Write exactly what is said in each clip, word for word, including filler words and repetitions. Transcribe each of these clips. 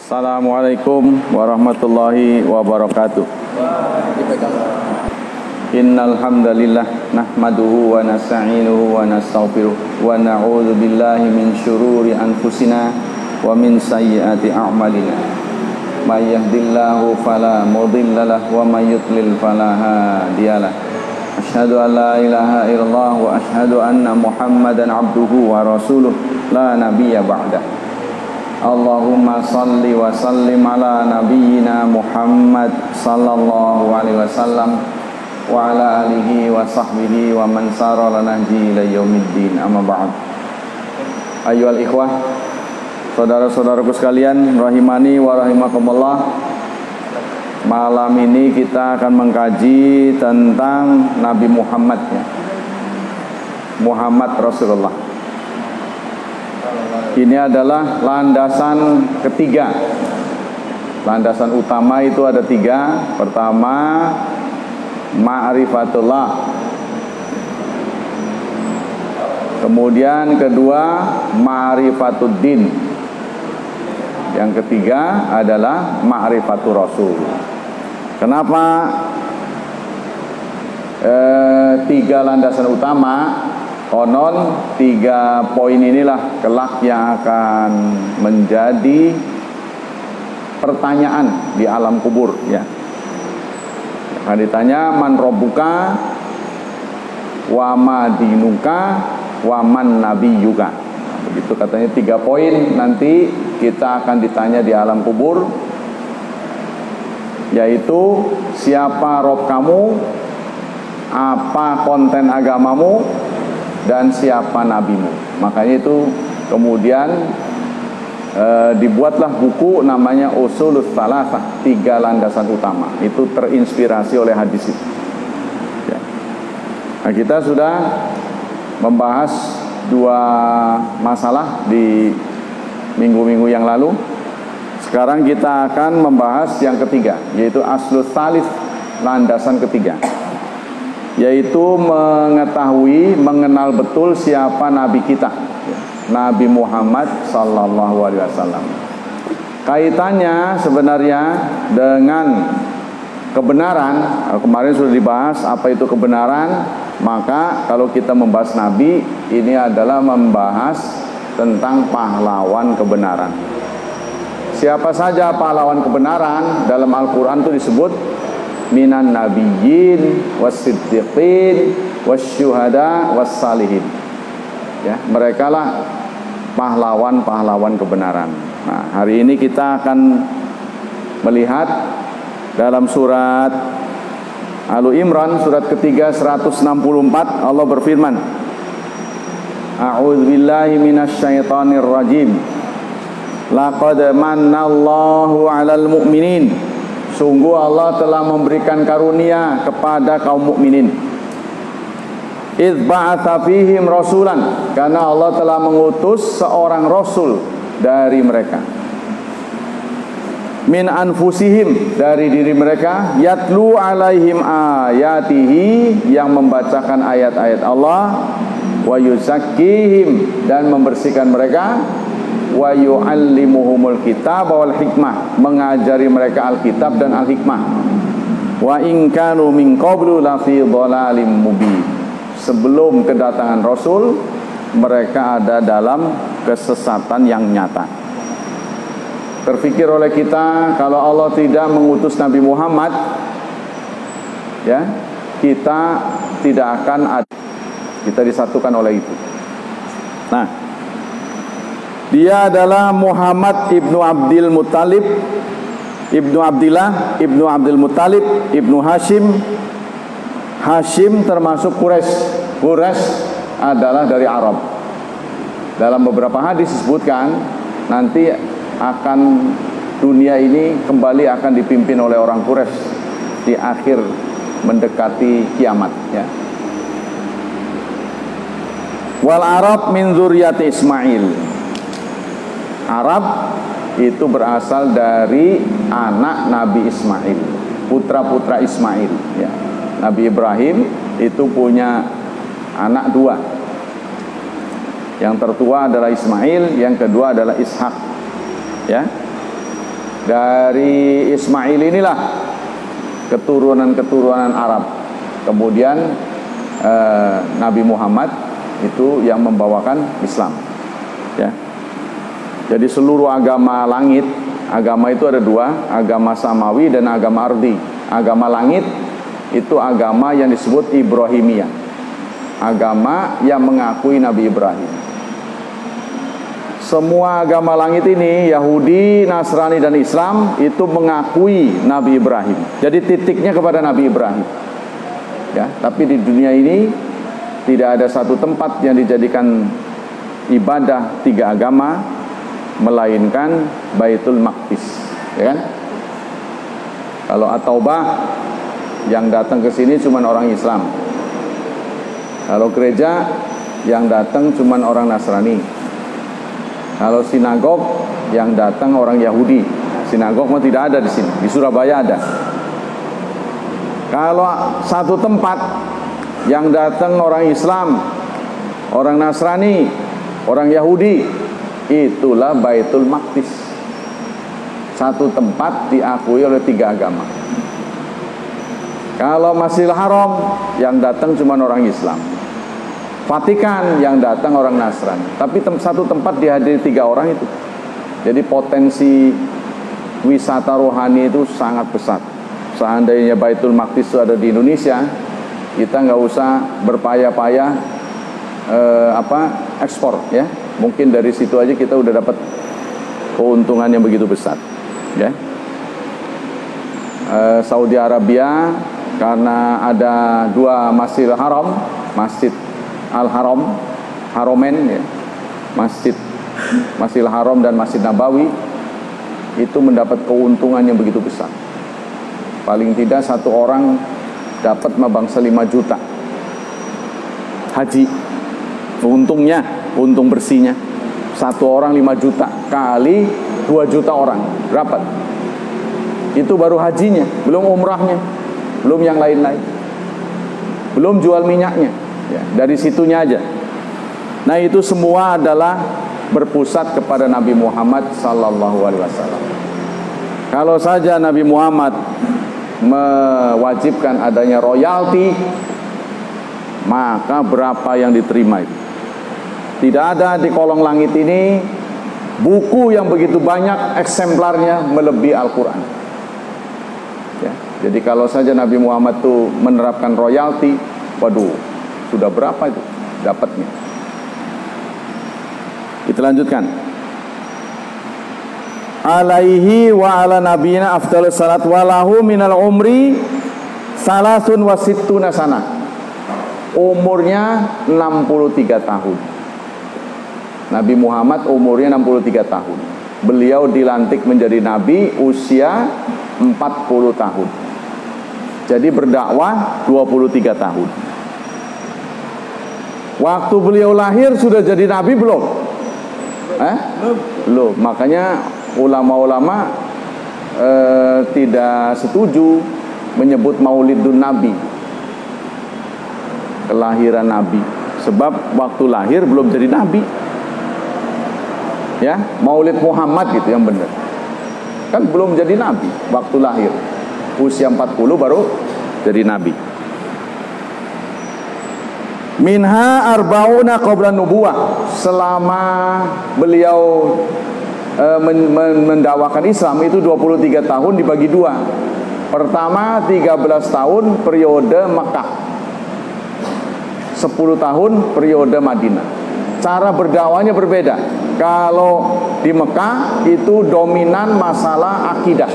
Assalamualaikum warahmatullahi wabarakatuh. Innal hamdalillah nahmaduhu wa nasta'inuhu wa nastaghfiruh wa na'udzu billahi min syururi anfusina wa min sayyiati a'malina. May yahdihillahu fala mudhillalah wa may yudlil fala hadiyalah. Asyhadu an la ilaha illallah wa asyhadu anna Muhammadan abduhu wa rasuluh la nabiyya ba'dah. Allahumma salli wa sallim ala nabiyyina Muhammad sallallahu alaihi wasallam wa ala alihi wa sahbihi wa man sara ala nahji ila yaumiddin, amma ba'd. Ayyuhal ikhwah, saudara-saudaraku sekalian, rahimani wa rahimakumullah. Malam ini kita akan mengkaji tentang Nabi Muhammad, ya. Muhammad Rasulullah. Ini adalah landasan ketiga. Landasan utama itu ada tiga. Pertama, ma'rifatullah. Kemudian kedua, ma'rifatuddin. Yang ketiga adalah ma'rifatur rasul. Kenapa eh, tiga landasan utama? Konon tiga poin inilah kelak yang akan menjadi pertanyaan di alam kubur, ya. Akan ditanya man robbuka wa ma dinuka wa man nabiyyuka. Nah, begitu katanya tiga poin nanti kita akan ditanya di alam kubur, yaitu siapa Rob kamu, apa konten agamamu, dan siapa nabimu. Makanya itu kemudian e, dibuatlah buku namanya Ushulus Tsalatsah, tiga landasan utama. Itu terinspirasi oleh hadis itu, ya. Nah, kita sudah membahas dua masalah di minggu-minggu yang lalu. Sekarang kita akan membahas yang ketiga, yaitu Aslus Tsalits, landasan ketiga, yaitu mengetahui, mengenal betul siapa Nabi kita, Nabi Muhammad sallallahu alaihi wasallam. Kaitannya sebenarnya dengan kebenaran. Kemarin sudah dibahas apa itu kebenaran. Maka kalau kita membahas Nabi, ini adalah membahas tentang pahlawan kebenaran. Siapa saja pahlawan kebenaran? Dalam Al-Quran itu disebut minan nabiyyin was-siddiqin wasyuhada was-salihin, ya, mereka lah pahlawan-pahlawan kebenaran. Nah, hari ini kita akan melihat dalam surat Alu Imran, surat ketiga seratus enam puluh empat, Allah berfirman, a'udzubillahi minasyaitonir rajim, laqad mannallahu 'alal mu'minin. Sungguh Allah telah memberikan karunia kepada kaum mukminin. Idz ba'atsa fihim rasulan, karena Allah telah mengutus seorang rasul dari mereka. Min anfusihim, dari diri mereka. Yatlu alaihim ayatihi, yang membacakan ayat-ayat Allah. Wa yuzakkihim, dan membersihkan mereka. Wa yu'allimuhumul kitab wal hikmah, mengajari mereka Alkitab dan Al-Hikmah. Wa in kanu min qablu la fi dhalalim mubin. Sebelum kedatangan Rasul, mereka ada dalam kesesatan yang nyata. Terfikir oleh kita, kalau Allah tidak mengutus Nabi Muhammad, ya, kita tidak akan ada, kita disatukan oleh itu. Nah, dia adalah Muhammad ibnu Abdul Muttalib, ibnu Abdillah, ibnu Abdul Muttalib, ibnu Hashim. Hashim termasuk Quraisy. Quraisy adalah dari Arab. Dalam beberapa hadis disebutkan nanti akan dunia ini kembali akan dipimpin oleh orang Quraisy di akhir mendekati kiamat, ya. Wal Arab min dzurriyyati Ismail. Arab itu berasal dari anak Nabi Ismail, putra-putra Ismail, ya. Nabi Ibrahim itu punya anak dua. Yang tertua adalah Ismail, yang kedua adalah Ishak, ya. Dari Ismail inilah keturunan-keturunan Arab. Kemudian eh, Nabi Muhammad itu yang membawakan Islam, ya. Jadi seluruh agama langit, agama itu ada dua, agama samawi dan agama ardi. Agama langit itu agama yang disebut Ibrahimiyah, agama yang mengakui Nabi Ibrahim. Semua agama langit ini, Yahudi, Nasrani dan Islam, itu mengakui Nabi Ibrahim. Jadi titiknya kepada Nabi Ibrahim, ya. Tapi di dunia ini tidak ada satu tempat yang dijadikan ibadah tiga agama melainkan Baitul Maqdis, ya kan? Kalau At-Taubah yang datang ke sini cuma orang Islam. Kalau gereja yang datang cuma orang Nasrani. Kalau sinagog yang datang orang Yahudi. Sinagog mah tidak ada di sini. Di Surabaya ada. Kalau satu tempat yang datang orang Islam, orang Nasrani, orang Yahudi, itulah Baitul Maqdis. Satu tempat diakui oleh tiga agama. Kalau Masjidil Haram yang datang cuma orang Islam. Vatikan yang datang orang Nasrani. Tapi tem satu tempat dihadiri tiga orang itu. Jadi potensi wisata rohani itu sangat besar. Seandainya Baitul Maqdis itu ada di Indonesia, kita nggak usah berpayah-payah eh, apa ekspor, ya. Mungkin dari situ aja kita udah dapat keuntungan yang begitu besar, ya. Eh, Saudi Arabia karena ada dua Masjidil Haram, Masjid Al-Haram, Haromen, ya. Masjid Masjidil Haram dan Masjid Nabawi itu mendapat keuntungan yang begitu besar. Paling tidak satu orang dapat mabangsa lima juta haji. Untungnya, untung bersihnya satu orang lima juta kali dua juta orang, berapa? Itu baru hajinya, belum umrahnya, belum yang lain-lain, belum jual minyaknya, ya, dari situnya aja. Nah, itu semua adalah berpusat kepada Nabi Muhammad sallallahu alaihi wasallam. Kalau saja Nabi Muhammad mewajibkan adanya royalti, maka berapa yang diterima itu? Tidak ada di kolong langit ini buku yang begitu banyak eksemplarnya melebihi Al-Quran, ya. Jadi kalau saja Nabi Muhammad itu menerapkan royalti, waduh, sudah berapa itu dapatnya? Kita lanjutkan. Alaihi wa ala nabiyina afdhalus salat walahu minal umri salasun wa sittuna sana. Umurnya enam puluh tiga tahun. Nabi Muhammad umurnya enam puluh tiga tahun. Beliau dilantik menjadi nabi usia empat puluh tahun. Jadi berdakwah dua puluh tiga tahun. Waktu beliau lahir sudah jadi nabi belum? Eh? Belum. Makanya ulama-ulama eh, tidak setuju menyebut Maulidun Nabi, kelahiran Nabi, sebab waktu lahir belum jadi Nabi, ya. Maulid Muhammad gitu yang benar, kan belum jadi Nabi waktu lahir, usia empat puluh baru jadi Nabi. Minha arbauna qabla nubuwah, selama beliau mendakwakan Islam itu dua puluh tiga tahun dibagi dua. Pertama tiga belas tahun periode Makkah, sepuluh tahun periode Madinah. Cara berdakwahnya berbeda. Kalau di Mekah itu dominan masalah akidah,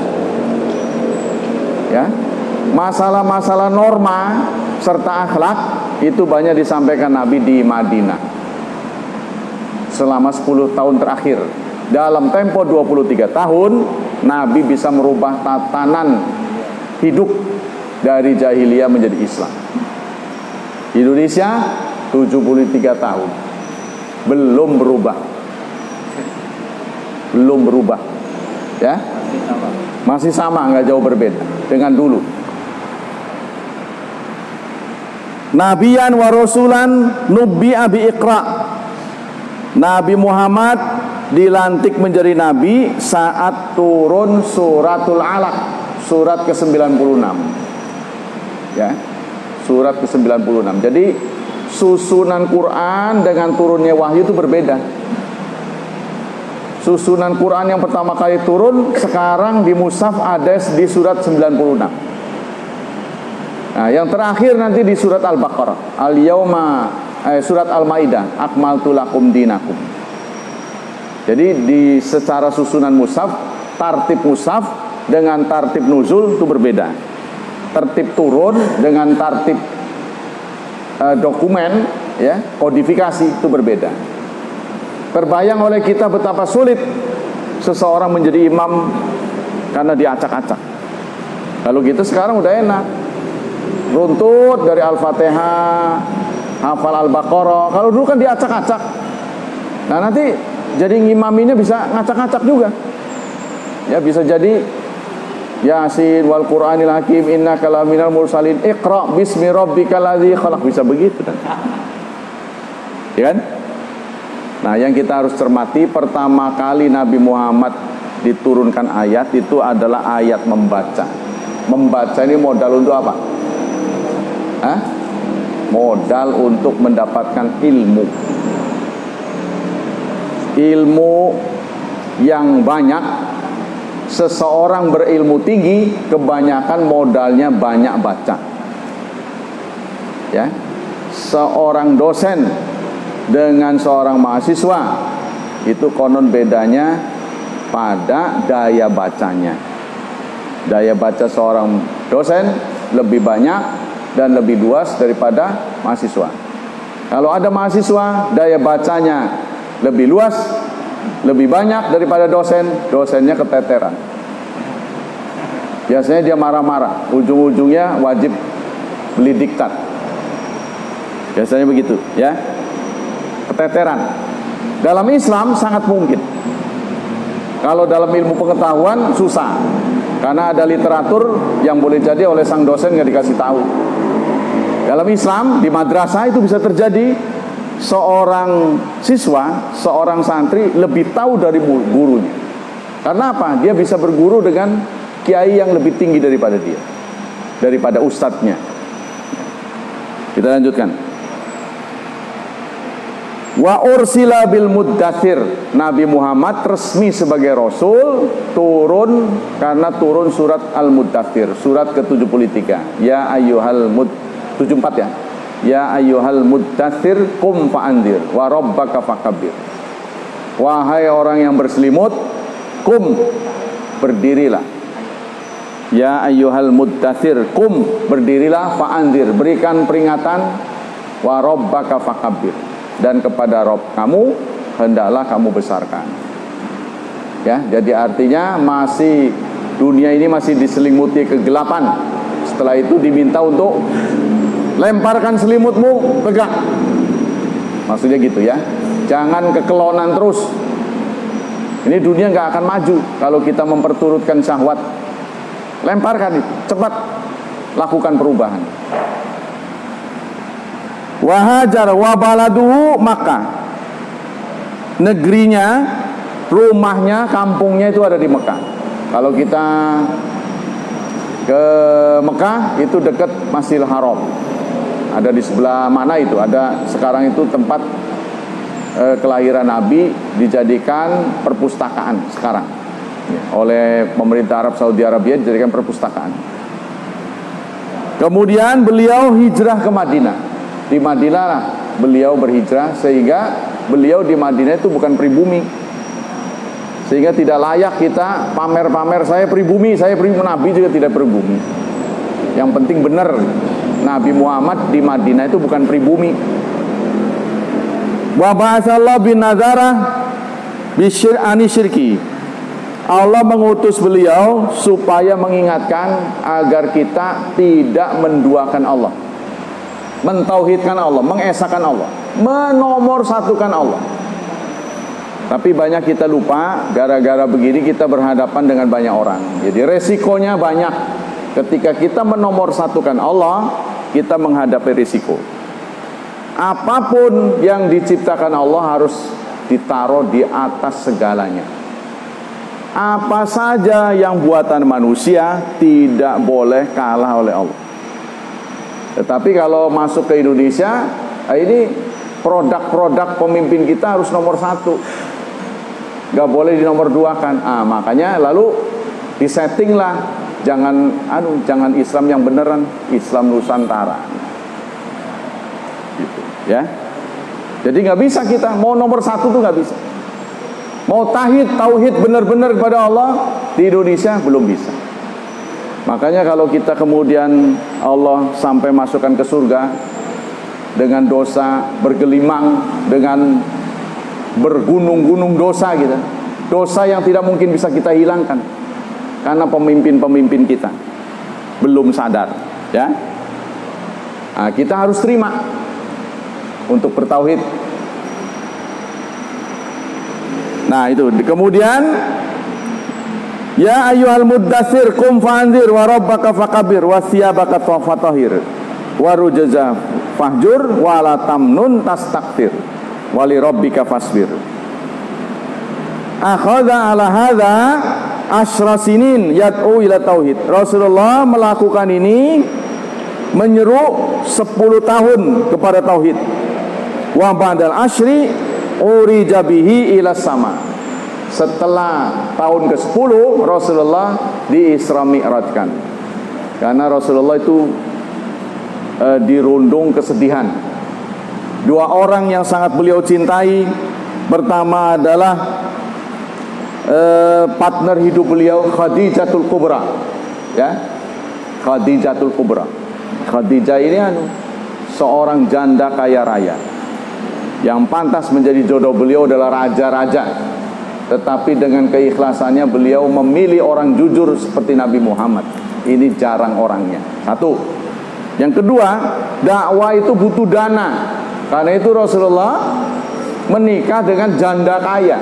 ya. Masalah-masalah norma serta akhlak itu banyak disampaikan Nabi di Madinah selama sepuluh tahun terakhir. Dalam tempo dua puluh tiga tahun Nabi bisa merubah tatanan hidup dari jahiliyah menjadi Islam. Indonesia tujuh puluh tiga tahun belum berubah, belum berubah, ya, masih sama, nggak jauh berbeda dengan dulu. Nabiyan wa rasulan nubbi'a bi iqra. Nabi Muhammad dilantik menjadi nabi saat turun suratul Alaq, surat ke sembilan puluh enam. Ya. Surat ke sembilan puluh enam. Jadi susunan Quran dengan turunnya wahyu itu berbeda. Susunan Quran yang pertama kali turun sekarang di mushaf ada di surat sembilan puluh enam. Nah, yang terakhir nanti di surat Al-Baqarah, Al-Yauma eh, surat Al-Maidah, akmaltu lakum dinakum. Jadi di secara susunan mushaf, tartib mushaf dengan tartib nuzul itu berbeda. Tertib turun dengan tartib eh, dokumen, ya, kodifikasi itu berbeda. Terbayang oleh kita betapa sulit seseorang menjadi imam karena diacak-acak. Kalau gitu sekarang udah enak, runtut dari Al-Fatihah, hafal Al-Baqarah. Kalau dulu kan diacak-acak. Nah nanti jadi ngimaminya bisa ngacak-ngacak juga. Ya bisa jadi Yasin wal Qur'anil Hakim innaka laminal mursalin iqra bismi rabbikal ladzi khalaq, bisa begitu kan? Ya kan? Nah, yang kita harus cermati, pertama kali Nabi Muhammad diturunkan ayat itu adalah ayat membaca. Membaca ini modal untuk apa? Hah? Modal untuk mendapatkan ilmu. Ilmu yang banyak. Seseorang berilmu tinggi kebanyakan modalnya banyak baca. Ya. Seorang dosen dengan seorang mahasiswa itu konon bedanya pada daya bacanya. Daya baca seorang dosen lebih banyak dan lebih luas daripada mahasiswa. Kalau ada mahasiswa daya bacanya lebih luas, lebih banyak daripada dosen, dosennya keteteran. Biasanya dia marah-marah, ujung-ujungnya wajib beli diktat. Biasanya begitu, ya. Keteteran. Dalam Islam sangat mungkin. Kalau dalam ilmu pengetahuan susah, karena ada literatur yang boleh jadi oleh sang dosen nggak dikasih tahu. Dalam Islam di madrasah itu bisa terjadi, seorang siswa, seorang santri lebih tahu dari gurunya. Karena apa? Dia bisa berguru dengan kiai yang lebih tinggi daripada dia, daripada ustadznya. Kita lanjutkan. Wa ursila bil muddatsir, Nabi Muhammad resmi sebagai rasul turun karena turun surat Al-Muddatsir, surat ke tujuh puluh tiga. Ya ayyuhal mud tujuh puluh empat ya. Ya ayyuhal muddatsir qum fa'andir wa rabbaka fakabbir. Wahai orang yang berselimut, qum, berdirilah. Ya ayyuhal muddatsir qum, berdirilah, fa'andir, berikan peringatan, wa rabbaka fakabbir, dan kepada Rabb kamu hendaklah kamu besarkan. Ya, jadi artinya masih dunia ini masih diselimuti kegelapan. Setelah itu diminta untuk lemparkan selimutmu, tegak. Maksudnya gitu ya. Jangan kekelonan terus. Ini dunia nggak akan maju kalau kita memperturutkan syahwat. Lemparkan itu, cepat lakukan perubahan. Wahajar wa baladuhu Makkah. Negerinya, rumahnya, kampungnya itu ada di Mekah. Kalau kita ke Mekah itu dekat Masjidil Haram. Ada di sebelah mana itu? Ada sekarang itu tempat eh, kelahiran Nabi dijadikan perpustakaan sekarang. Ya, oleh pemerintah Arab Saudi Arabia dijadikan perpustakaan. Kemudian beliau hijrah ke Madinah. Di Madinah lah beliau berhijrah, sehingga beliau di Madinah itu bukan pribumi, sehingga tidak layak kita pamer-pamer saya pribumi, saya pribumi. Nabi juga tidak pribumi. Yang penting benar Nabi Muhammad di Madinah itu bukan pribumi. Wa ba'atsallahu bin nazara bisyir ani syirki. Allah mengutus beliau supaya mengingatkan agar kita tidak menduakan Allah, mentauhidkan Allah, mengesahkan Allah, menomorsatukan Allah. Tapi banyak kita lupa, gara-gara begini kita berhadapan dengan banyak orang. Jadi resikonya banyak. Ketika kita menomorsatukan Allah, kita menghadapi risiko. Apapun yang diciptakan Allah harus ditaruh di atas segalanya. Apa saja yang buatan manusia tidak boleh kalah oleh Allah. Tetapi kalau masuk ke Indonesia, ini produk-produk pemimpin kita harus nomor satu, gak boleh di nomor dua kan. Ah, makanya lalu disetting lah, jangan anu jangan Islam yang beneran, Islam Nusantara gitu, ya. Jadi nggak bisa kita mau nomor satu tuh nggak bisa. Mau tauhid tauhid benar-benar kepada Allah di Indonesia belum bisa. Makanya kalau kita kemudian Allah sampai masukkan ke surga dengan dosa bergelimang, dengan bergunung-gunung dosa gitu, dosa yang tidak mungkin bisa kita hilangkan karena pemimpin-pemimpin kita belum sadar, ya. Nah, kita harus terima untuk bertauhid. Nah itu kemudian, ya ayyuhal muddatsir qum fa'anzir wa rabbaka fakabir wa thiyabaka fatahhir wa rujza fahjur wa la tamnun tastakthir wa li rabbika fasbir. Akhadha ala hadza asyra sinin yad'u ila tauhid. Rasulullah melakukan ini menyeru sepuluh tahun kepada tauhid. Wa ba'dal asyri urija bihi ila sama. Setelah tahun ke sepuluh Rasulullah di Isra Mi'rajkan. Karena Rasulullah itu e, dirundung kesedihan. Dua orang yang sangat beliau cintai, pertama adalah e, partner hidup beliau Khadijatul Kubra, ya. Khadijatul Kubra. Khadijah ini anu seorang janda kaya raya. Yang pantas menjadi jodoh beliau adalah raja-raja. Tetapi dengan keikhlasannya beliau memilih orang jujur seperti Nabi Muhammad. Ini jarang orangnya. Satu. Yang kedua, dakwah itu butuh dana. Karena itu Rasulullah menikah dengan janda kaya.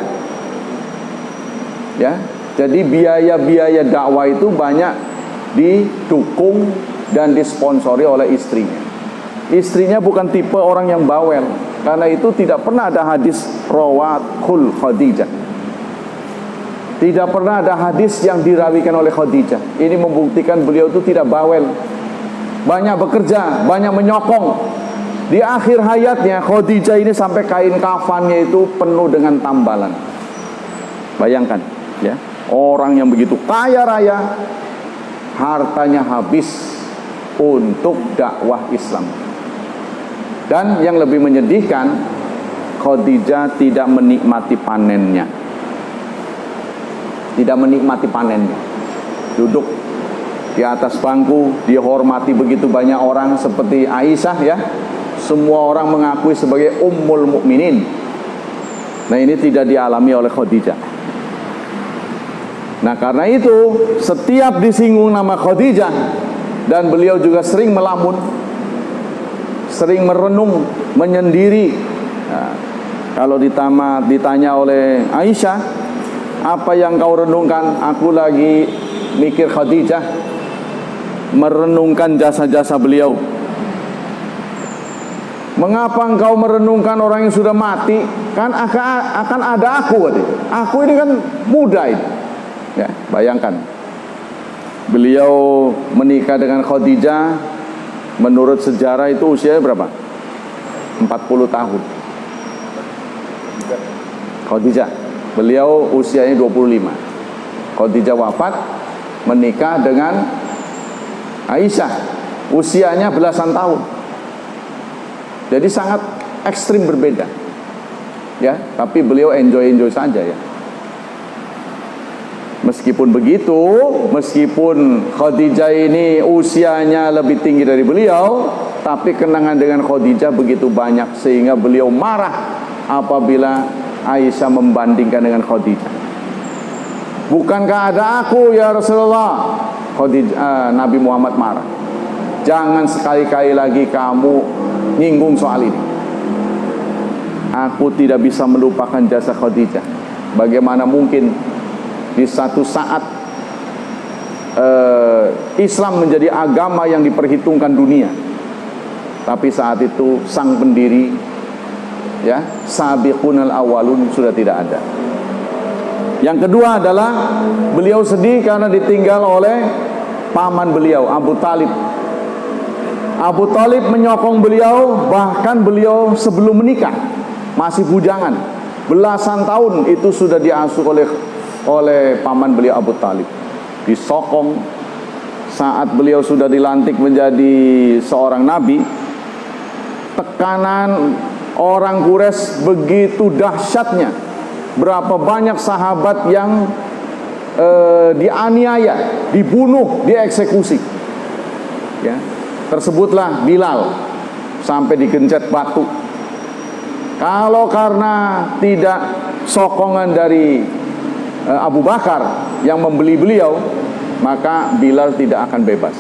Ya, jadi biaya-biaya dakwah itu banyak didukung dan disponsori oleh istrinya. Istrinya bukan tipe orang yang bawel. Karena itu tidak pernah ada hadis rawatul Khadijah. Tidak pernah ada hadis yang dirawikan oleh Khadijah. Ini membuktikan beliau itu tidak bawel. Banyak bekerja, banyak menyokong. Di akhir hayatnya Khadijah ini sampai kain kafannya itu penuh dengan tambalan. Bayangkan, ya. Orang yang begitu kaya raya, hartanya habis untuk dakwah Islam. Dan yang lebih menyedihkan, Khadijah tidak menikmati panennya. Tidak menikmati panennya. Duduk di atas bangku, dihormati begitu banyak orang seperti Aisyah, ya. Semua orang mengakui sebagai ummul mukminin. Nah, ini tidak dialami oleh Khadijah. Nah, karena itu setiap disinggung nama Khadijah, dan beliau juga sering melamun, sering merenung, menyendiri. Nah, kalau ditama, ditanya oleh Aisyah, apa yang kau renungkan? Aku lagi mikir Khadijah, merenungkan jasa-jasa beliau. Mengapa engkau merenungkan orang yang sudah mati? Kan akan, akan ada aku. Aku ini kan muda ini. Ya, bayangkan. Beliau menikah dengan Khadijah, menurut sejarah itu usianya berapa? empat puluh tahun. Khadijah, beliau usianya dua puluh lima. Khadijah wafat, menikah dengan Aisyah, usianya belasan tahun. Jadi sangat ekstrim berbeda. Ya, tapi beliau enjoy-enjoy saja, ya. Meskipun begitu, meskipun Khadijah ini usianya lebih tinggi dari beliau, tapi kenangan dengan Khadijah begitu banyak sehingga beliau marah apabila Aisyah membandingkan dengan Khadijah. Bukankah ada aku ya Rasulullah? Khadijah, uh, Nabi Muhammad marah. Jangan sekali-kali lagi kamu nyinggung soal ini. Aku tidak bisa melupakan jasa Khadijah. Bagaimana mungkin di satu saat uh, Islam menjadi agama yang diperhitungkan dunia, tapi saat itu sang pendiri ya, sabiqunal awwalun sudah tidak ada. Yang kedua adalah beliau sedih karena ditinggal oleh paman beliau, Abu Talib. Abu Talib menyokong beliau, bahkan beliau sebelum menikah, masih bujangan, belasan tahun itu sudah diasuh oleh oleh paman beliau Abu Talib. Disokong saat beliau sudah dilantik menjadi seorang nabi. Tekanan orang Quraisy begitu dahsyatnya, berapa banyak sahabat yang eh, dianiaya, dibunuh, dieksekusi. Ya, tersebutlah Bilal sampai digencet batu. Kalau karena tidak sokongan dari eh, Abu Bakar yang membeli beliau, maka Bilal tidak akan bebas.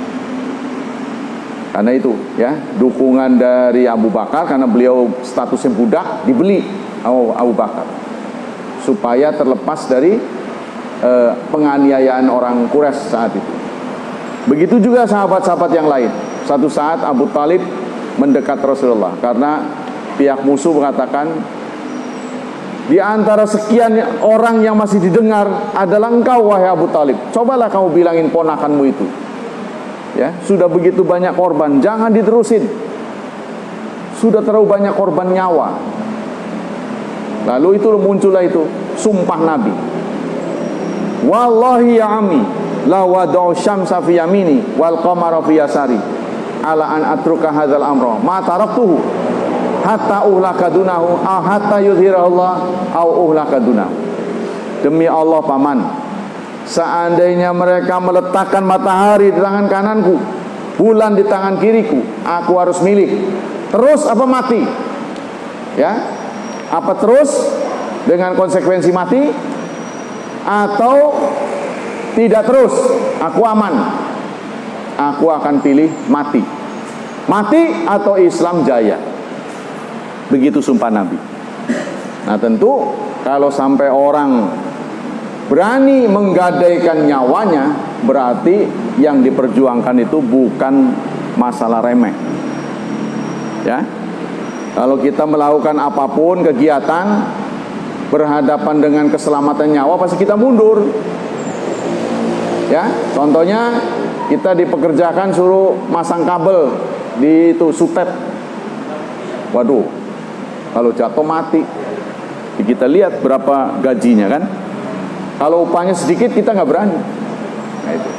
Karena itu, ya, dukungan dari Abu Bakar, karena beliau statusnya budak, dibeli Abu Bakar supaya terlepas dari eh, penganiayaan orang Quraisy saat itu. Begitu juga sahabat-sahabat yang lain. Satu saat Abu Talib mendekat Rasulullah karena pihak musuh mengatakan, di antara sekian orang yang masih didengar adalah engkau, wahai Abu Talib. Cobalah kamu bilangin ponakanmu itu, ya, sudah begitu banyak korban, jangan diterusin. Sudah terlalu banyak korban nyawa. Lalu itu muncullah itu sumpah Nabi. Wallahi ya ami, la wada'u syamsa fi yamini wal qamara fi yasari ala an atruka hadzal amra ma taraktuhu hatta uhlakadunahu aw hatta yudhirallah aw uhlakadunahu. Demi Allah paman, seandainya mereka meletakkan matahari di tangan kananku, bulan di tangan kiriku, aku harus milih terus apa mati. Ya, apa terus dengan konsekuensi mati, atau tidak terus, aku aman, aku akan pilih mati. Mati atau Islam jaya. Begitu sumpah Nabi. Nah tentu kalau sampai orang berani menggadaikan nyawanya, berarti yang diperjuangkan itu bukan masalah remeh. Ya, kalau kita melakukan apapun kegiatan berhadapan dengan keselamatan nyawa, pasti kita mundur. Ya, contohnya kita dipekerjakan suruh masang kabel di itu sutet. Waduh, kalau jatuh mati. Kita lihat berapa gajinya kan. Kalau upahnya sedikit kita nggak berani. Nah, itu.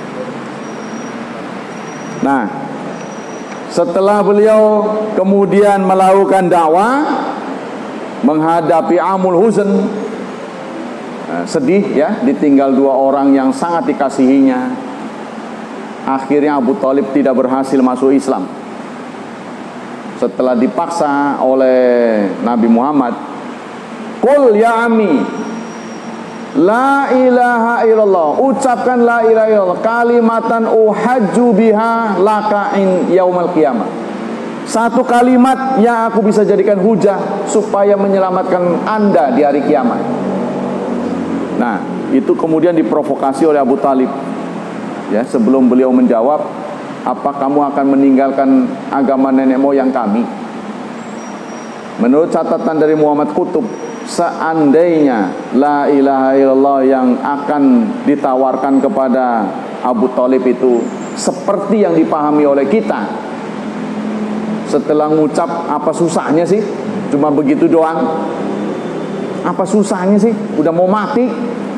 Nah, setelah beliau kemudian melakukan dakwah, menghadapi amul huzn, nah, sedih ya, ditinggal dua orang yang sangat dikasihinya. Akhirnya Abu Talib tidak berhasil masuk Islam. Setelah dipaksa oleh Nabi Muhammad, qul ya ami la ilaha illallah, ucapkan la ilaha illallah, kalimatan uhajju biha laka in yaumal qiyamah. Satu kalimat yang aku bisa jadikan hujah supaya menyelamatkan Anda di hari kiamat. Nah, itu kemudian diprovokasi oleh Abu Talib. Ya, sebelum beliau menjawab, apa kamu akan meninggalkan agama nenek moyang kami? Menurut catatan dari Muhammad Qutb, seandainya la ilaha illallah yang akan ditawarkan kepada Abu Talib itu seperti yang dipahami oleh kita, setelah ngucap, apa susahnya sih? Cuma begitu doang. Apa susahnya sih? Udah mau mati.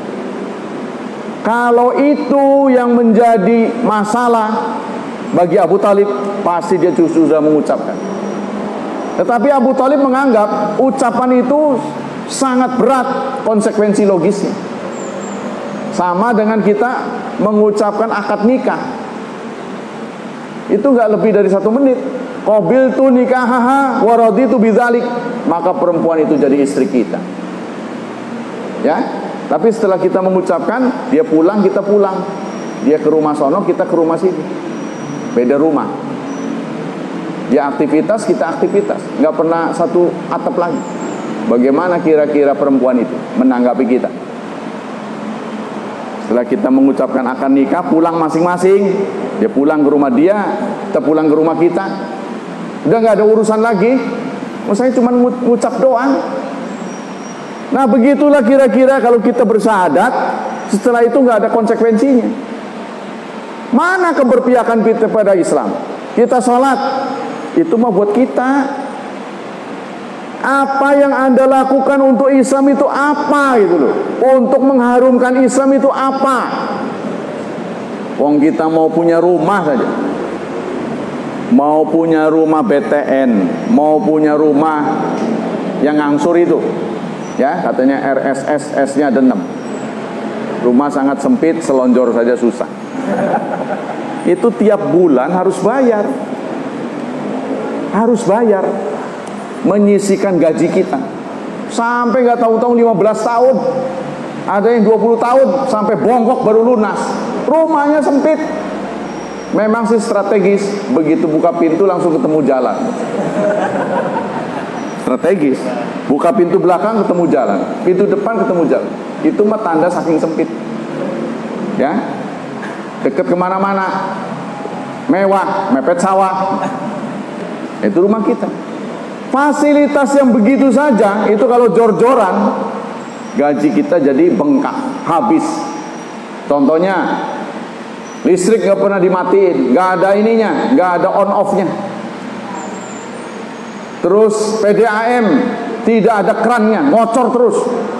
Kalau itu yang menjadi masalah bagi Abu Talib, pasti dia justru sudah mengucapkan. Tetapi Abu Talib menganggap ucapan itu sangat berat konsekuensi logisnya. Sama dengan kita mengucapkan akad nikah. Itu nggak lebih dari satu menit. Qabil tu nikahaha wa raditu bidzalik, maka perempuan itu jadi istri kita. Ya, tapi setelah kita mengucapkan, dia pulang, kita pulang. Dia ke rumah sono, kita ke rumah sini. Beda rumah. Dia aktivitas, kita aktivitas. Nggak pernah satu atap lagi. Bagaimana kira-kira perempuan itu menanggapi kita? Setelah kita mengucapkan akan nikah, pulang masing-masing. Dia pulang ke rumah dia, kita pulang ke rumah kita. Udah nggak ada urusan lagi. Maksudnya cuma ngucap doang. Nah begitulah kira-kira kalau kita bersyahadat, setelah itu nggak ada konsekuensinya. Mana keberpihakan kita pada Islam? Kita sholat, itu mah buat kita. Apa yang Anda lakukan untuk Islam itu apa gitu loh? Untuk mengharumkan Islam itu apa? Wong kita mau punya rumah saja, mau punya rumah B T N, mau punya rumah yang ngangsur itu, ya katanya R S S S-nya ada enam. Rumah sangat sempit, selonjor saja susah. Itu tiap bulan harus bayar, harus bayar, menyisikan gaji kita. Sampai nggak tahu-tahu lima belas tahun, ada yang dua puluh tahun, sampai bongkok baru lunas. Rumahnya sempit. Memang sih strategis, begitu buka pintu langsung ketemu jalan. Strategis, buka pintu belakang ketemu jalan, pintu depan ketemu jalan. Itu mah tanda saking sempit, ya. Deket kemana-mana, mewah, mepet sawah. Itu rumah kita. Fasilitas yang begitu saja, itu kalau jor-joran, gaji kita jadi bengkak, habis. Contohnya, listrik gak pernah dimatiin, gak ada ininya, gak ada on off-nya. Terus P D A M tidak ada kerannya, ngocor terus.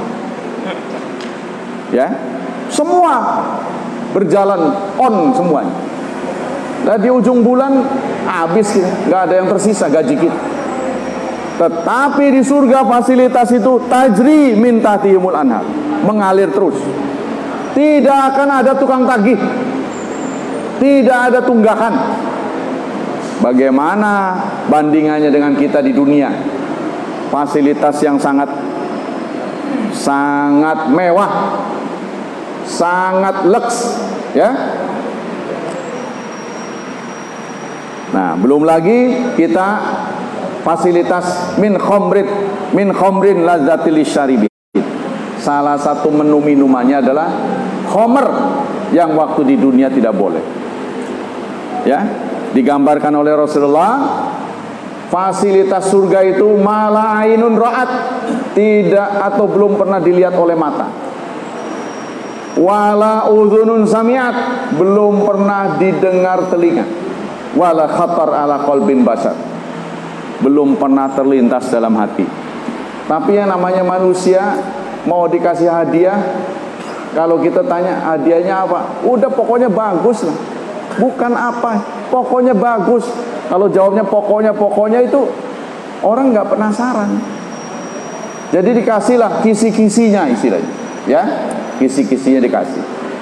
Ya, semua berjalan on semuanya. Nah di ujung bulan habis kita, nggak ada yang tersisa gaji kita. Tetapi di surga fasilitas itu tajri min tahtihimul anhar, mengalir terus. Tidak akan ada tukang tagih, tidak ada tunggakan. Bagaimana bandingannya dengan kita di dunia? Fasilitas yang sangat sangat mewah, sangat leks, ya. Nah, belum lagi kita fasilitas min khomrit, min khomrin lazzatil syaribin. Salah satu menu minumannya adalah khomer yang waktu di dunia tidak boleh. Ya, digambarkan oleh Rasulullah, fasilitas surga itu mala ainun ra'at, tidak atau belum pernah dilihat oleh mata. Wala udhunun samiat, belum pernah didengar telinga. Wala khatar ala qalbin bashar, belum pernah terlintas dalam hati. Tapi yang namanya manusia mau dikasih hadiah, kalau kita tanya hadiahnya apa, udah pokoknya bagus lah, bukan apa, pokoknya bagus. Kalau jawabnya pokoknya pokoknya itu orang nggak penasaran. Jadi dikasihlah kisi-kisinya istilahnya, ya, kisi-kisinya dikasih.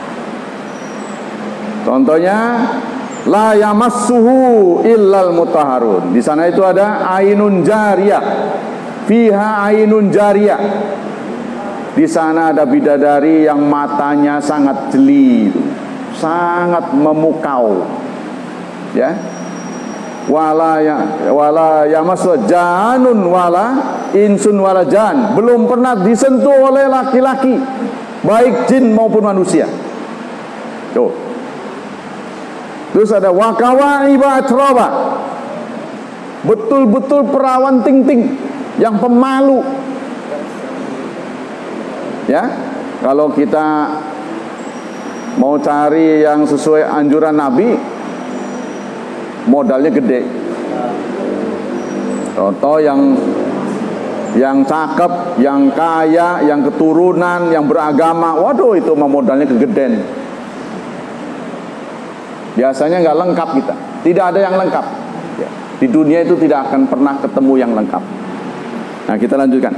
Contohnya la yamassuhu illal mutahharun. Di sana itu ada ainun jariyah, fiha ainun jariyah. Di sana ada bidadari yang matanya sangat jeli, sangat memukau, ya. Wala ya wala yamassu janun wala insun wala jan, belum pernah disentuh oleh laki-laki, baik jin maupun manusia. Tuh. Terus ada wakawaiba atroba, betul-betul perawan ting-ting yang pemalu. Ya, kalau kita mau cari yang sesuai anjuran Nabi, modalnya gede. Contoh yang yang cakep, yang kaya, yang keturunan, yang beragama, waduh itu mah modalnya kegedean. Biasanya nggak lengkap kita, tidak ada yang lengkap. Di dunia itu tidak akan pernah ketemu yang lengkap. Nah kita lanjutkan.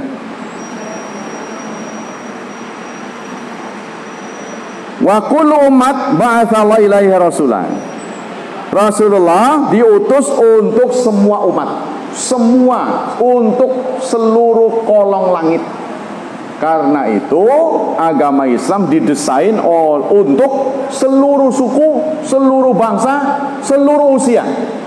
Wa kullu umat ba'atsallahu ilaihi rasulan. Rasulullah diutus untuk semua umat, semua, untuk seluruh kolong langit. Karena itu agama Islam didesain all, untuk seluruh suku, seluruh bangsa, seluruh usia.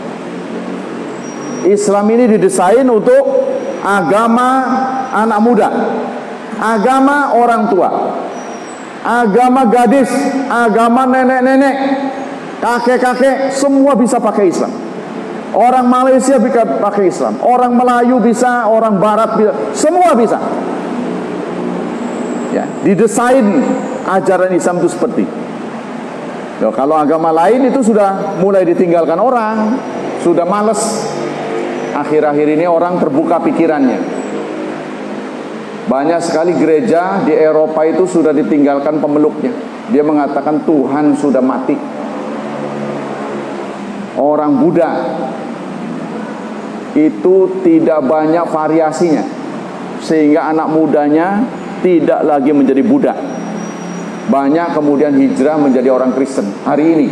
Islam ini didesain untuk agama anak muda, agama orang tua, agama gadis, agama nenek-nenek, kakek-kakek, semua bisa pakai Islam. Orang Malaysia bisa pakai Islam, orang Melayu bisa, orang Barat bisa, semua bisa. Ya, didesain ajaran Islam itu seperti. Ya, kalau agama lain itu sudah mulai ditinggalkan orang, sudah males. Akhir-akhir ini orang terbuka pikirannya. Banyak sekali gereja di Eropa itu sudah ditinggalkan pemeluknya. Dia mengatakan Tuhan sudah mati. Orang Buddha itu tidak banyak variasinya, sehingga anak mudanya tidak lagi menjadi Buddha. Banyak kemudian hijrah menjadi orang Kristen hari ini.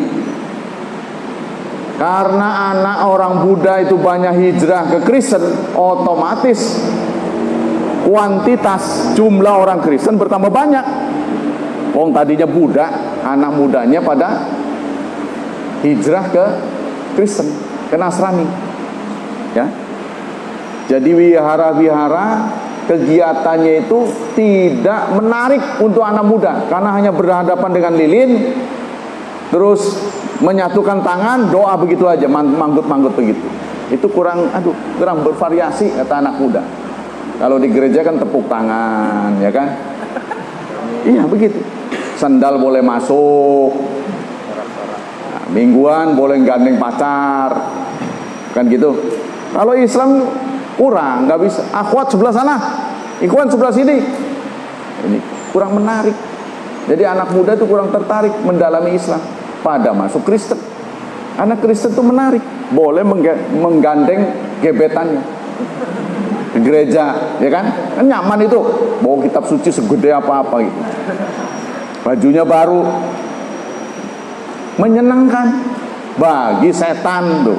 Karena anak orang Buddha itu banyak hijrah ke Kristen, otomatis kuantitas jumlah orang Kristen bertambah banyak. Wong tadinya Buddha, anak mudanya pada hijrah ke Kristen, ke Nasrani. Ya. Jadi wihara-wihara kegiatannya itu tidak menarik untuk anak muda, karena hanya berhadapan dengan lilin, terus menyatukan tangan, doa begitu aja, manggut-manggut begitu. Itu kurang, aduh, kurang bervariasi kata anak muda. Kalau di gereja kan tepuk tangan, ya kan? Iya begitu. Sandal boleh masuk, nah, mingguan boleh gandeng pacar, kan gitu. Kalau Islam kurang, nggak bisa. Akhwat sebelah sana, ikhwan sebelah sini. Ini kurang menarik. Jadi anak muda itu kurang tertarik mendalami Islam. Pada masuk Kristen. Anak Kristen itu menarik, boleh menggandeng gebetannya ke gereja, ya kan? Kan nyaman itu, bawa kitab suci segede apa-apa gitu. Bajunya baru, menyenangkan bagi setan tuh.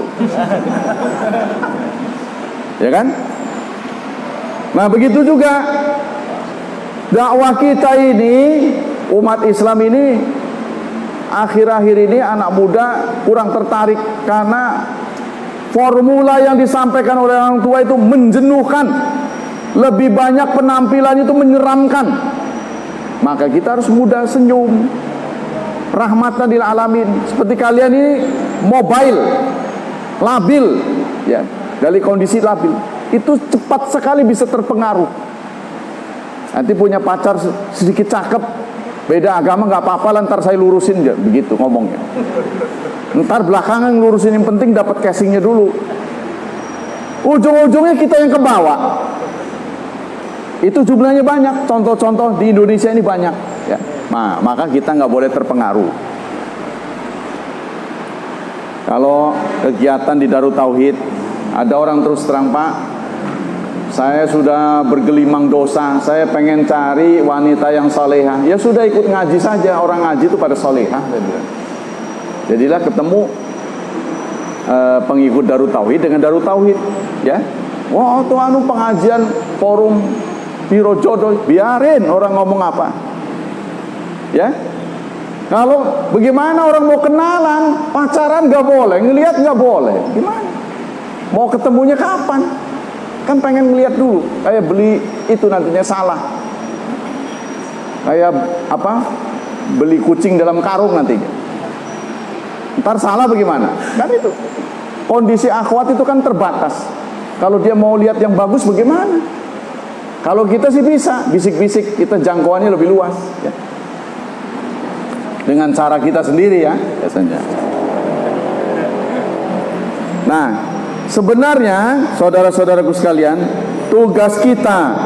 Ya kan? Nah begitu juga dakwah kita ini, umat Islam ini, akhir-akhir ini anak muda kurang tertarik karena formula yang disampaikan oleh orang tua itu menjenuhkan. Lebih banyak penampilan itu menyeramkan. Maka kita harus mudah senyum, rahmatan lil alamin. Seperti kalian ini mobile, labil, ya, dari kondisi labil, itu cepat sekali bisa terpengaruh. Nanti punya pacar sedikit cakep, beda agama nggak apa-apa, lantar saya lurusin aja, begitu ngomongnya. Ntar belakangan lurusin, yang penting dapat casingnya dulu. Ujung-ujungnya kita yang ke bawah. Itu jumlahnya banyak, contoh-contoh di Indonesia ini banyak, ya. Nah, maka kita nggak boleh terpengaruh. Kalau kegiatan di Darut Tauhid, ada orang terus terang, Pak, saya sudah bergelimang dosa, saya pengen cari wanita yang salehah. Ya sudah, ikut ngaji saja, orang ngaji itu pada salehah. Jadilah ketemu uh, pengikut Darut Tauhid dengan Darut Tauhid, ya. Wah, tuh anu pengajian forum biro jodoh, biarin orang ngomong apa, ya. Kalau bagaimana orang mau kenalan, pacaran nggak boleh, ngelihat nggak boleh, gimana? Mau ketemunya kapan? Kan pengen ngelihat dulu, kayak beli itu nantinya salah, kayak apa? Beli kucing dalam karung nantinya. Ntar salah bagaimana? Kan itu kondisi akhwat itu kan terbatas. Kalau dia mau lihat yang bagus bagaimana? Kalau kita sih bisa, bisik-bisik, kita jangkauannya lebih luas, ya. Dengan cara kita sendiri, ya, biasanya. Nah, sebenarnya saudara-saudaraku sekalian, tugas kita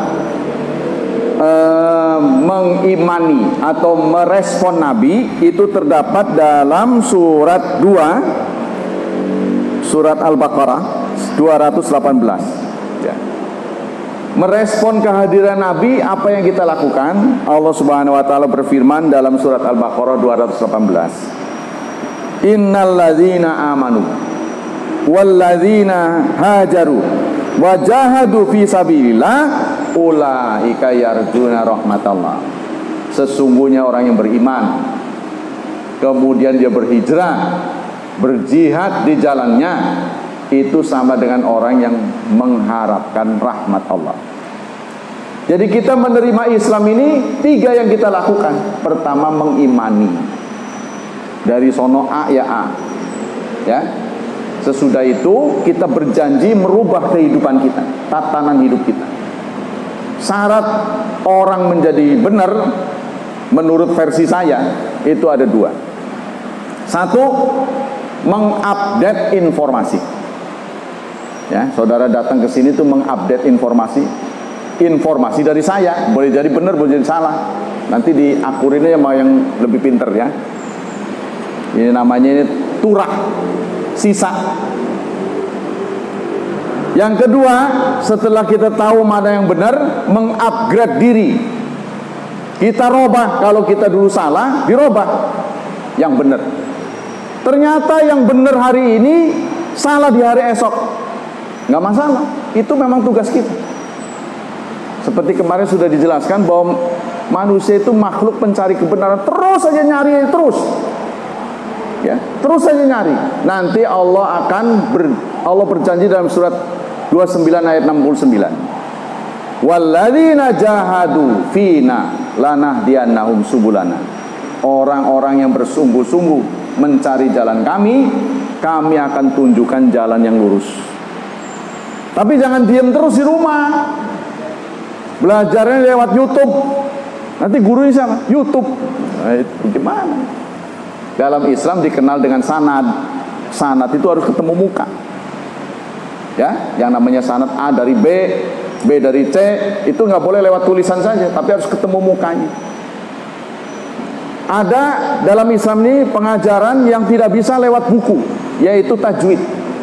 eh, mengimani atau merespon Nabi itu terdapat dalam surat dua, surat Al-Baqarah dua ratus delapan belas, ya. Merespon kehadiran Nabi, apa yang kita lakukan? Allah Subhanahu wa taala berfirman dalam surat Al-Baqarah dua ratus delapan belas. Innal ladzina amanu wal ladzina hajaru wa jahadu fi sabilillah ulaika yarjuna rahmatallah. Sesungguhnya orang yang beriman kemudian dia berhijrah, berjihad di jalannya, itu sama dengan orang yang mengharapkan rahmat Allah. Jadi kita menerima Islam ini tiga yang kita lakukan. Pertama, mengimani. Dari sono A ya A, ya. Sesudah itu kita berjanji merubah kehidupan kita, tatanan hidup kita. Syarat orang menjadi benar menurut versi saya itu ada dua. Satu, mengupdate informasi. Ya, saudara datang ke sini tuh mengupdate informasi. Informasi dari saya, boleh jadi benar, boleh jadi salah. Nanti diakurinnya sama yang lebih pinter ya. Ini namanya ini turah, sisa. Yang kedua, setelah kita tahu mana yang benar, mengupgrade diri. Kita robah, kalau kita dulu salah, dirobah yang benar. Ternyata yang benar hari ini salah di hari esok, nggak masalah. Itu memang tugas kita. Seperti kemarin sudah dijelaskan bahwa manusia itu makhluk pencari kebenaran, terus saja nyari terus. Ya, terus saja nyari. Nanti Allah akan ber, Allah berjanji dalam surat dua puluh sembilan ayat enam puluh sembilan. Walladzina jahadu fina lanahdiyannahum subulana. Orang-orang yang bersungguh-sungguh mencari jalan kami, kami akan tunjukkan jalan yang lurus. Tapi jangan diam terus di rumah. Belajarnya lewat YouTube. Nanti gurunya siapa? YouTube. Nah, itu gimana? Dalam Islam dikenal dengan sanad. Sanad itu harus ketemu muka. Ya, yang namanya sanad A dari B, B dari C, itu nggak boleh lewat tulisan saja, tapi harus ketemu mukanya. Ada dalam Islam ini pengajaran yang tidak bisa lewat buku, yaitu tajwid.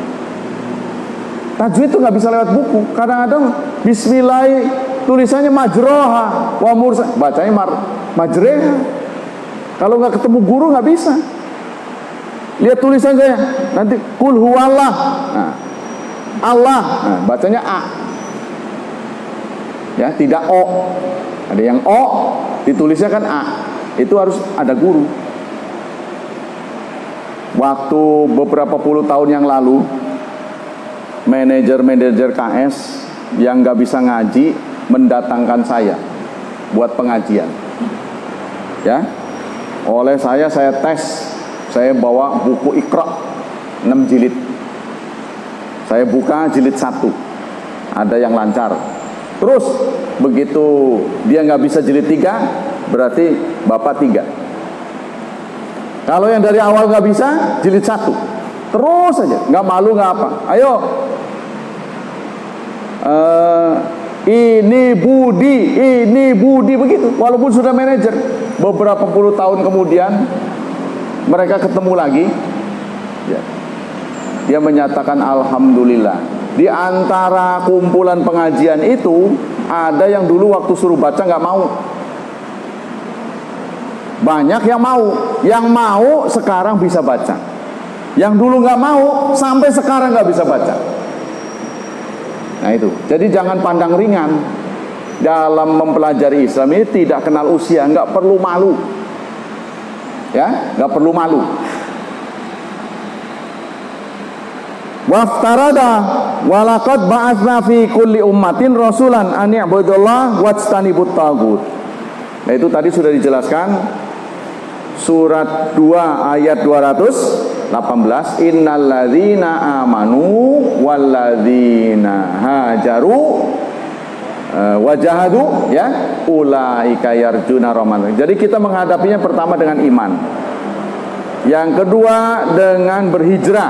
Tajwid itu nggak bisa lewat buku. Kadang-kadang Bismillah tulisannya majroha, wa mursa, bacanya mar, majreha. Kalau nggak ketemu guru nggak bisa. Lihat tulisannya, nanti kul huwallah, nah, Allah, nah, bacanya A. Ya, tidak O. Ada yang O, ditulisnya kan A. Itu harus ada guru. Waktu beberapa puluh tahun yang lalu, manajer-manajer K S yang nggak bisa ngaji mendatangkan saya buat pengajian. Ya, oleh saya saya tes, saya bawa buku Iqra enam jilid. Saya buka jilid satu, ada yang lancar. Terus begitu dia nggak bisa jilid tiga, berarti bapak tiga. Kalau yang dari awal nggak bisa, jilid satu. Terus aja, nggak malu nggak apa. Ayo, uh, ini budi, ini budi begitu. Walaupun sudah manajer, beberapa puluh tahun kemudian mereka ketemu lagi. Ya. Dia menyatakan alhamdulillah. Di antara kumpulan pengajian itu ada yang dulu waktu suruh baca nggak mau. Banyak yang mau, yang mau sekarang bisa baca. Yang dulu nggak mau sampai sekarang nggak bisa baca. Nah itu. Jadi jangan pandang ringan dalam mempelajari Islam ini, tidak kenal usia, nggak perlu malu. Ya, nggak perlu malu. Waftarada walaqad ba'atsna fi kulli ummatin rasulan an i'budullah wajtanibut tagut. Nah itu tadi sudah dijelaskan surat dua ayat dua ratus delapan belas, innalladzina amanu walladzina hajaru wajahadu ya ulaika yarjuna rahman. Jadi kita menghadapinya pertama dengan iman. Yang kedua dengan berhijrah.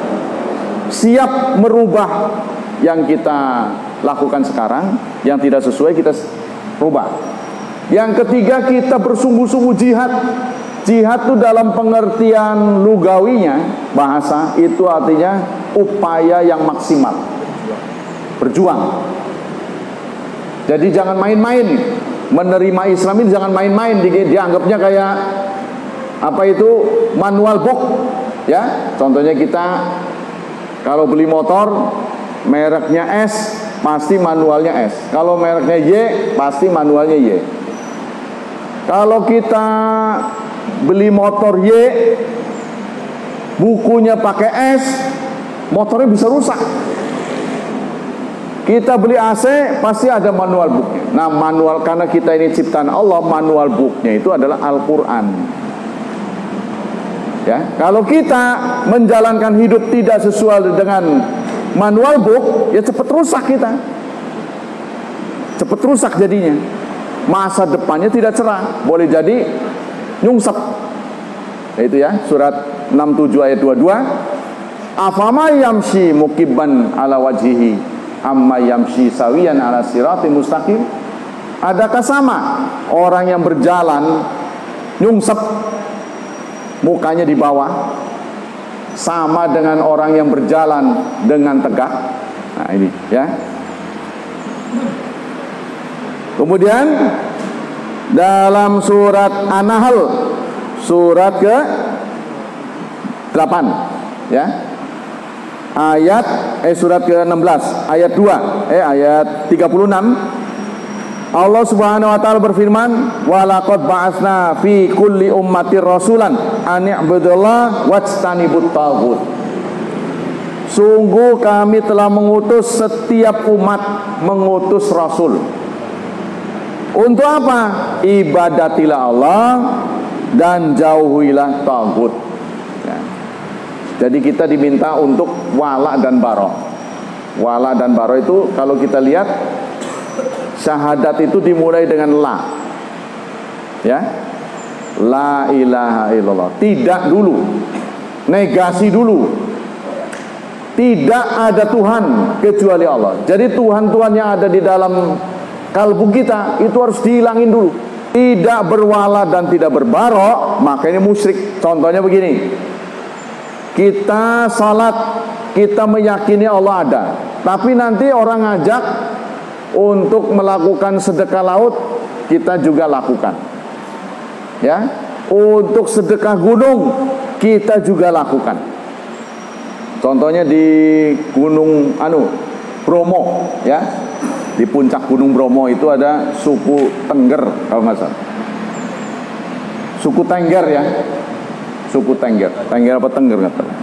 Siap merubah yang kita lakukan sekarang, yang tidak sesuai kita rubah. Yang ketiga kita bersungguh-sungguh jihad. Jihad itu dalam pengertian lugawinya bahasa itu artinya upaya yang maksimal, berjuang. Jadi jangan main-main menerima Islam ini, jangan main-main. Dianggapnya kayak apa itu manual book ya. Contohnya kita kalau beli motor mereknya S, pasti manualnya S. Kalau mereknya Y, pasti manualnya Y. Kalau kita beli motor Y, bukunya pakai S, motornya bisa rusak. Kita beli A C, pasti ada manual booknya. Nah manual, karena kita ini ciptaan Allah, manual booknya itu adalah Al-Quran. Ya, kalau kita menjalankan hidup tidak sesuai dengan manual book, ya cepat rusak kita. Cepat rusak jadinya. Masa depannya tidak cerah, boleh jadi nyungsep. Itu ya, surat enam puluh tujuh ayat dua puluh dua. Afama yamshi mukibban ala wajhihi amma yamshi sawiyan ala siratim mustaqim. Adakah sama orang yang berjalan nyungsep mukanya di bawah sama dengan orang yang berjalan dengan tegak? Nah ini ya. Kemudian dalam surat An-Nahl surat ke delapan ya. Ayat eh surat ke enam belas ayat dua eh ayat tiga puluh enam Allah Subhanahu wa taala berfirman, "Wa laqad ba'atsna fi kulli ummatir rasulan an i'budullaha wajtanibut taghut." Sungguh kami telah mengutus setiap umat mengutus rasul. Untuk apa? Ibadatilah Allah dan jauhilah taghut. Ya. Jadi kita diminta untuk wala dan baro. Wala dan baro itu kalau kita lihat syahadat itu dimulai dengan la. Ya. La ilaha illallah. Tidak dulu. Negasi dulu. Tidak ada Tuhan kecuali Allah. Jadi Tuhan-Tuhan yang ada di dalam kalbu kita itu harus dihilangin dulu. Tidak berwala dan tidak berbarok, makanya musyrik. Contohnya begini, kita salat, kita meyakini Allah ada, tapi nanti orang ngajak untuk melakukan sedekah laut, kita juga lakukan. Ya, untuk sedekah gunung kita juga lakukan. Contohnya di Gunung anu Bromo, ya. Di puncak Gunung Bromo itu ada suku Tengger kalau nggak salah. Suku Tengger ya. Suku Tengger. Tengger apa Tengger nggak tahu.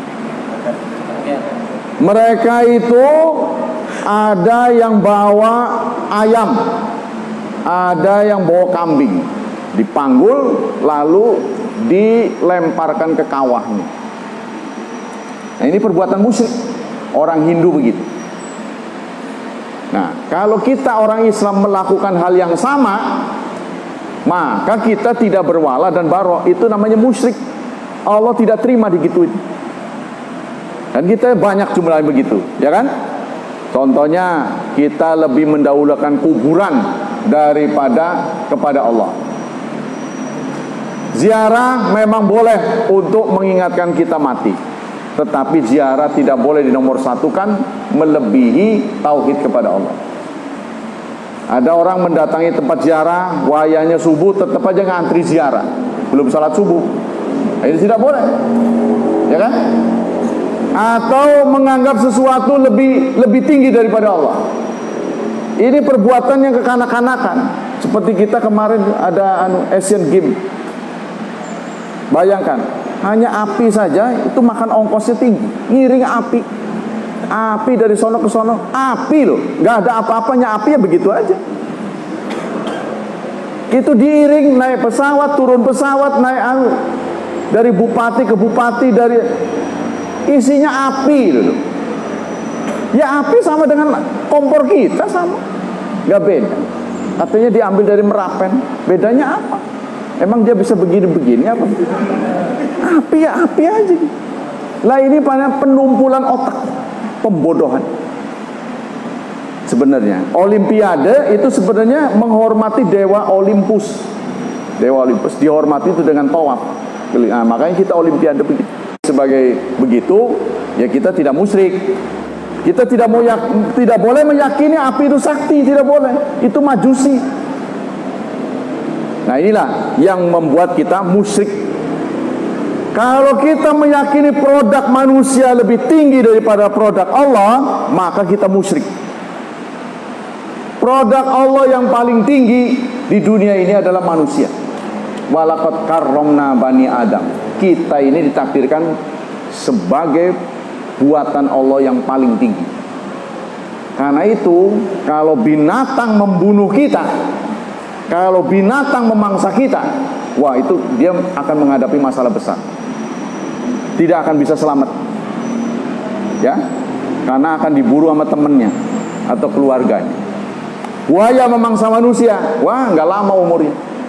Mereka itu ada yang bawa ayam, ada yang bawa kambing, dipanggul lalu dilemparkan ke kawahnya. Nah, ini perbuatan musyrik. Orang Hindu begitu. Nah, kalau kita orang Islam melakukan hal yang sama, maka kita tidak berwala dan baro. Itu namanya musyrik. Allah tidak terima digituin. Dan kita banyak jumlah begitu, ya kan? Contohnya kita lebih mendahulukan kuburan daripada kepada Allah. Ziarah memang boleh untuk mengingatkan kita mati. Tetapi ziarah tidak boleh dinomorsatukan melebihi tauhid kepada Allah. Ada orang mendatangi tempat ziarah, wayanya subuh tetap aja ngantri ziarah, belum salat subuh. Ini tidak boleh, ya kan? Atau menganggap sesuatu lebih lebih tinggi daripada Allah. Ini perbuatan yang kekanak-kanakan. Seperti kita kemarin ada anu Asian Games. Bayangkan, hanya api saja itu makan ongkosnya tinggi. Ngiring api, api dari sono ke sono, api loh, nggak ada apa-apanya, api ya begitu aja. Itu diiring naik pesawat, turun pesawat, naik anu dari bupati ke bupati, dari isinya api loh. Ya api sama dengan kompor kita sama, nggak beda. Katanya diambil dari Merapen, bedanya apa? Emang dia bisa begini-begini apa? Api ya api aja. Lah ini pada penumpulan otak, pembodohan. Sebenarnya Olimpiade itu sebenarnya menghormati dewa Olympus. Dewa Olympus dihormati itu dengan tawaf. Nah, makanya kita Olimpiade begitu. Sebagai begitu, ya kita tidak musyrik. Kita tidak mau yak, tidak boleh meyakini api itu sakti, tidak boleh. Itu majusi. Nah inilah yang membuat kita musyrik. Kalau kita meyakini produk manusia lebih tinggi daripada produk Allah, maka kita musyrik. Produk Allah yang paling tinggi di dunia ini adalah manusia. Walaqad karramna bani Adam. Kita ini ditakdirkan sebagai buatan Allah yang paling tinggi. Karena itu, kalau binatang membunuh kita, kalau binatang memangsa kita, wah itu dia akan menghadapi masalah besar. tidak akan bisa selamat. Ya, karena akan diburu sama temennya atau keluarganya. Buaya memangsa manusia, wah nggak lama umurnya.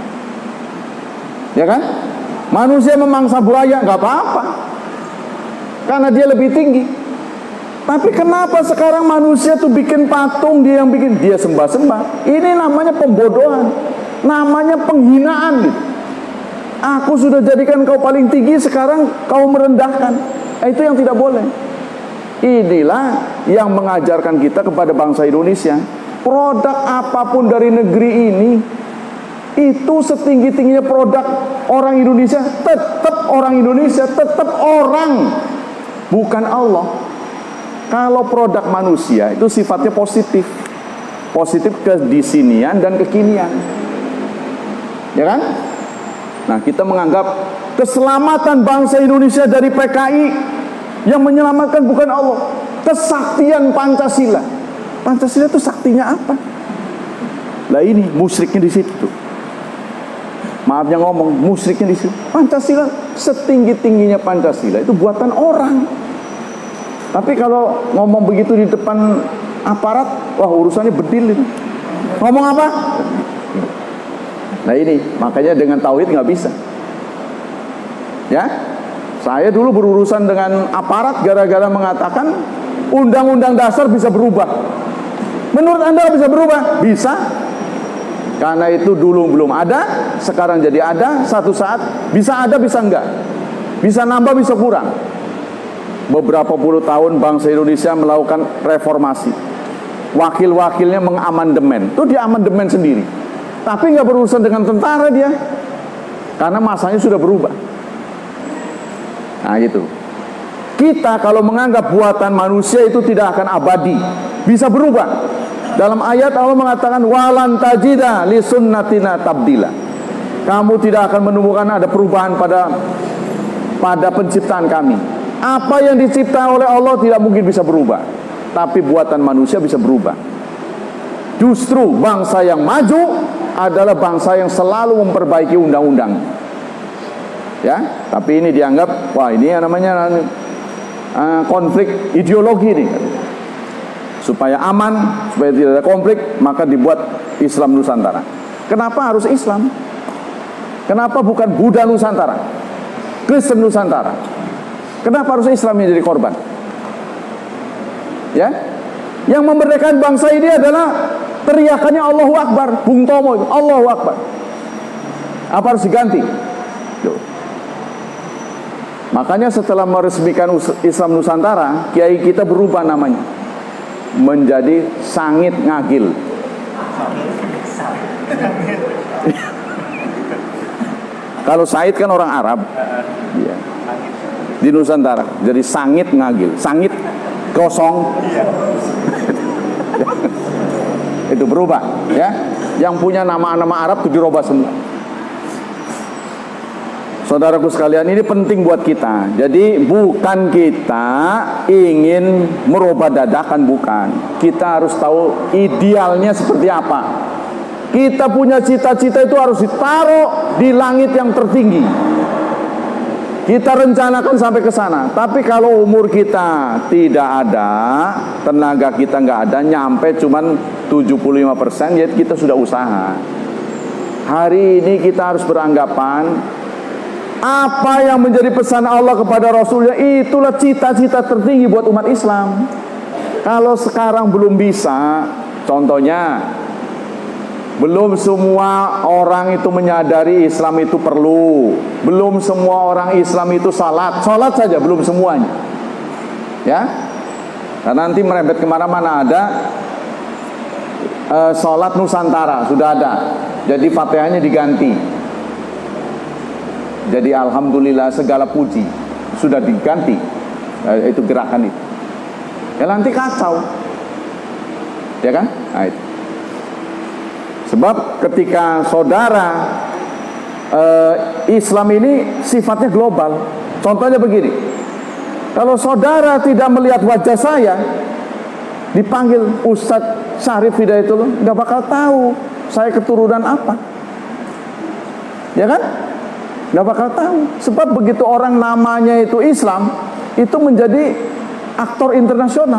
Ya kan? Manusia memangsa buaya nggak apa-apa, karena dia lebih tinggi. Tapi kenapa sekarang manusia tuh bikin patung, dia yang bikin, dia sembah-sembah. Ini namanya pembodohan, namanya penghinaan gitu. Aku sudah jadikan kau paling tinggi, sekarang kau merendahkan. Itu yang tidak boleh. Inilah yang mengajarkan kita kepada bangsa Indonesia, produk apapun dari negeri ini, itu setinggi-tingginya produk orang Indonesia, tetap orang Indonesia, tetap orang, bukan Allah. Kalau produk manusia itu sifatnya positif, positif kedisinian dan kekinian, ya kan? Nah, kita menganggap keselamatan bangsa Indonesia dari P K I yang menyelamatkan bukan Allah, kesaktian Pancasila. Pancasila itu saktinya apa? Lah ini musyriknya di situ. Maafnya ngomong, musyriknya di situ. Pancasila, setinggi-tingginya Pancasila itu buatan orang. Tapi kalau ngomong begitu di depan aparat, wah urusannya bedil itu. Ngomong apa? Nah ini, makanya dengan tauhid nggak bisa. Ya, saya dulu berurusan dengan aparat gara-gara mengatakan undang-undang dasar bisa berubah. Menurut Anda bisa berubah? Bisa. Karena itu dulu belum ada, sekarang jadi ada. Satu saat bisa ada, bisa enggak, bisa nambah, bisa kurang. Beberapa puluh tahun bangsa Indonesia melakukan reformasi, wakil-wakilnya mengamandemen, itu dia amandemen sendiri. Tapi nggak berurusan dengan tentara dia, karena masanya sudah berubah. Nah gitu. Kita kalau menganggap buatan manusia itu tidak akan abadi, bisa berubah. Dalam ayat Allah mengatakan walan tajida li sunnatina tabdila. Kamu tidak akan menemukan ada perubahan pada pada penciptaan kami. Apa yang dicipta oleh Allah tidak mungkin bisa berubah, tapi buatan manusia bisa berubah. Justru bangsa yang maju adalah bangsa yang selalu memperbaiki undang-undang. Ya, tapi ini dianggap wah ini yang namanya uh, konflik ideologi nih. Supaya aman, supaya tidak ada konflik, maka dibuat Islam Nusantara. Kenapa harus Islam? Kenapa bukan Buddha Nusantara, Kristen Nusantara? Kenapa harus Islam yang jadi korban? Ya, yang memerdekakan bangsa ini adalah teriakannya Allahu Akbar, Bung Tomo itu, Allahu Akbar. Apa harus diganti? Tuh. Makanya setelah meresmikan Islam Nusantara, kiai kita berubah namanya menjadi Sangit Ngagil. Kalau Said kan orang Arab, ya. Di Nusantara jadi Sangit Ngagil, Sangit kosong. Itu berubah, ya. Yang punya nama-nama Arab itu dirubah semua. Saudaraku sekalian, ini penting buat kita. Jadi bukan kita ingin merubah dadakan, bukan. Kita harus tahu idealnya seperti apa. Kita punya cita-cita itu harus ditaruh di langit yang tertinggi. Kita rencanakan sampai ke sana. Tapi kalau umur kita tidak ada, tenaga kita nggak ada, nyampe cuman tujuh puluh lima persen, ya kita sudah usaha. Hari ini kita harus beranggapan apa yang menjadi pesan Allah kepada Rasulnya, itulah cita-cita tertinggi buat umat Islam. Kalau sekarang belum bisa, contohnya belum semua orang itu menyadari Islam itu perlu. Belum semua orang Islam itu salat. Salat saja belum semuanya. Ya, karena nanti merembet kemana-mana. Ada uh, salat Nusantara, sudah ada. Jadi Fatihahnya diganti. Jadi alhamdulillah segala puji sudah diganti. uh, Itu gerakan itu. Ya nanti kacau. Ya kan? Nah, itu. Sebab ketika saudara eh, Islam ini sifatnya global. Contohnya begini, kalau saudara tidak melihat wajah saya, dipanggil Ustadz Syarif Hidayatullah, nggak bakal tahu saya keturunan apa. Ya kan? nggak bakal tahu. Sebab begitu orang namanya itu Islam, itu menjadi aktor internasional.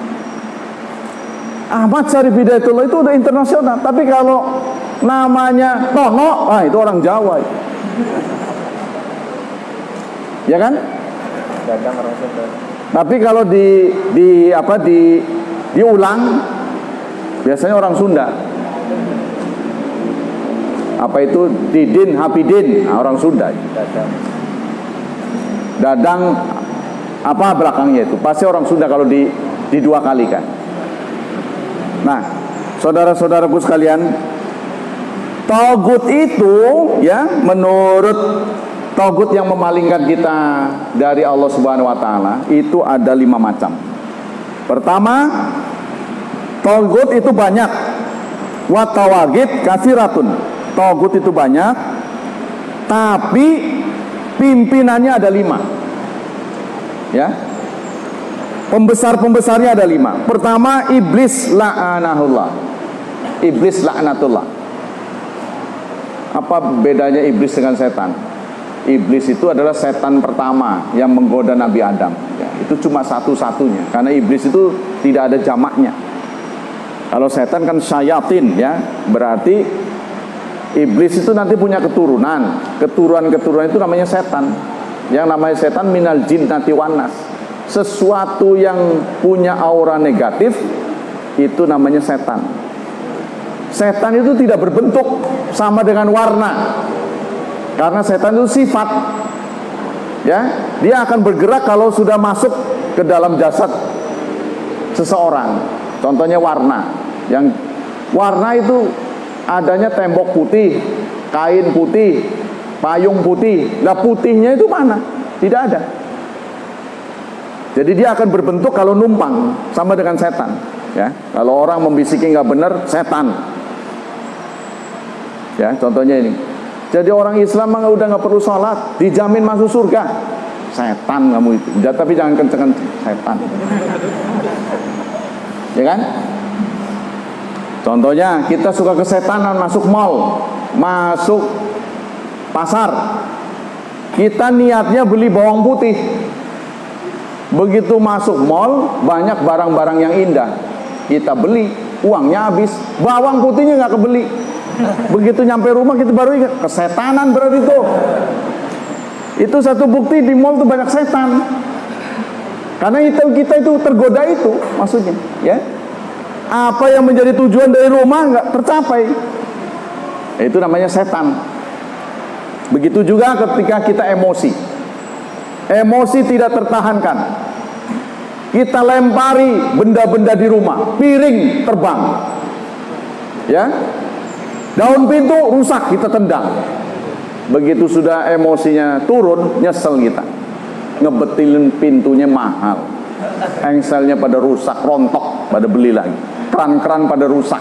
Ahmad Syarif Hidayatullah itu udah internasional. Tapi kalau namanya Tono, ah itu orang Jawa. Ya kan? Tapi kalau di di apa di diulang, biasanya orang Sunda. Apa itu Didin, Hapidin, nah, orang Sunda. Dadang apa belakangnya itu pasti orang Sunda kalau di di dua kali kan. Nah, saudara-saudaraku sekalian, togut itu ya menurut togut yang memalingkan kita dari Allah Subhanahu Wa Taala itu ada lima macam. Pertama, togut itu banyak. Wa tawagid katsiratun. Togut itu banyak, tapi pimpinannya ada lima. Ya, pembesar-pembesarnya ada lima. Pertama, iblis la'anahullah. Iblis laknatullah. Apa bedanya iblis dengan setan? Iblis itu adalah setan pertama yang menggoda Nabi Adam. Ya, itu cuma satu-satunya. Karena iblis itu tidak ada jamaknya. Kalau setan kan syayatin, ya, berarti iblis itu nanti punya keturunan. Keturunan-keturunan itu namanya setan. Yang namanya setan minal jinnati wan nas. Sesuatu yang punya aura negatif itu namanya setan. Setan itu tidak berbentuk sama dengan warna. Karena setan itu sifat. Ya, dia akan bergerak kalau sudah masuk ke dalam jasad seseorang. Contohnya warna. Yang warna itu adanya tembok putih, kain putih, payung putih. Lah putihnya itu mana? Tidak ada. Jadi dia akan berbentuk kalau numpang, sama dengan setan. Ya, kalau orang membisiki nggak benar, setan. Ya, contohnya ini. Jadi orang Islam mah udah nggak perlu sholat, dijamin masuk surga. Setan kamu itu. Tapi jangan kenceng-kenceng, setan. Ya kan? Contohnya kita suka kesetanan masuk mall, masuk pasar. Kita niatnya beli bawang putih. Begitu masuk mall, banyak barang-barang yang indah. Kita beli, uangnya habis, bawang putihnya nggak kebeli. Begitu nyampe rumah kita baru ingat, kesetanan berarti itu. Itu satu bukti di mall tuh banyak setan. Karena itu kita itu tergoda itu, maksudnya, ya. Apa yang menjadi tujuan dari rumah nggak tercapai. Itu namanya setan. Begitu juga ketika kita emosi. Emosi tidak tertahankan. Kita lempari benda-benda di rumah, piring terbang. Ya. Daun pintu rusak kita tendang. Begitu sudah emosinya turun, nyesel kita. Ngebetilin pintunya mahal. Engselnya pada rusak, rontok, pada beli lagi. Keran-keran pada rusak.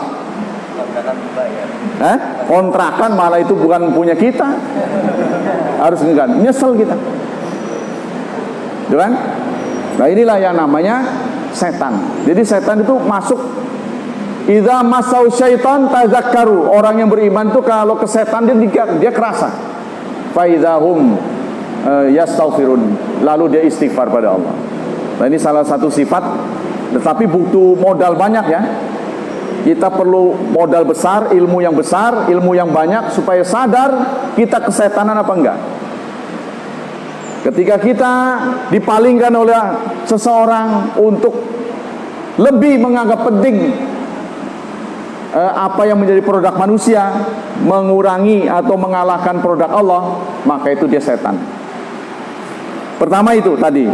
Eh? Kontrakan malah itu bukan punya kita. Harus ngegan, nyesel kita. Kan? Nah inilah yang namanya setan. Jadi setan itu masuk. Idza masau syaitan tazakkaru. Orang yang beriman itu kalau ke setan dia dia kerasa. Fa idzahum yastaghfirun. Lalu dia istighfar pada Allah. Nah ini salah satu sifat. Tetapi butuh modal banyak ya. Kita perlu modal besar, ilmu yang besar, ilmu yang banyak supaya sadar kita kesetanan apa enggak. Ketika kita dipalingkan oleh seseorang untuk lebih menganggap penting eh, apa yang menjadi produk manusia, mengurangi atau mengalahkan produk Allah, maka itu dia setan. Pertama itu tadi,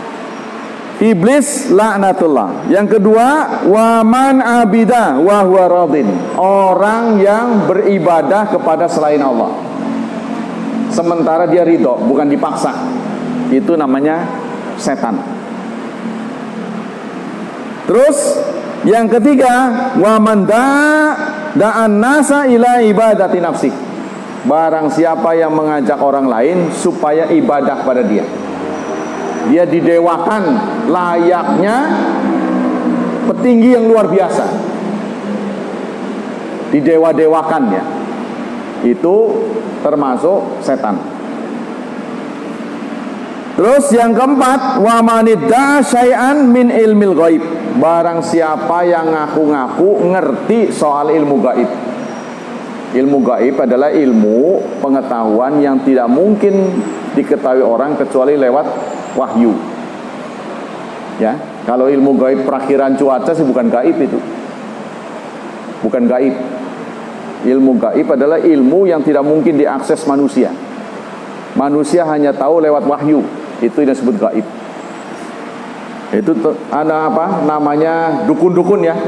iblis laknatullah. Yang kedua, waman abida wa huwa radin. Orang yang beribadah kepada selain Allah sementara dia ridho, bukan dipaksa. Itu namanya setan. Terus yang ketiga, waman da'an nasa ila ibadati nafsi. Barang siapa yang mengajak orang lain supaya ibadah pada dia, dia didewakan layaknya petinggi yang luar biasa, didewa-dewakan ya. Itu termasuk setan. Terus yang keempat, wa manidda syai'an min ilmil ghaib. Barang siapa yang ngaku-ngaku ngerti soal ilmu gaib. Ilmu gaib adalah ilmu pengetahuan yang tidak mungkin diketahui orang kecuali lewat wahyu. Ya, kalau ilmu gaib perakhiran cuaca sih bukan gaib itu. Bukan gaib. Ilmu gaib adalah ilmu yang tidak mungkin diakses manusia. Manusia hanya tahu lewat wahyu. Itu yang disebut gaib. Itu ada apa? Namanya dukun-dukun ya.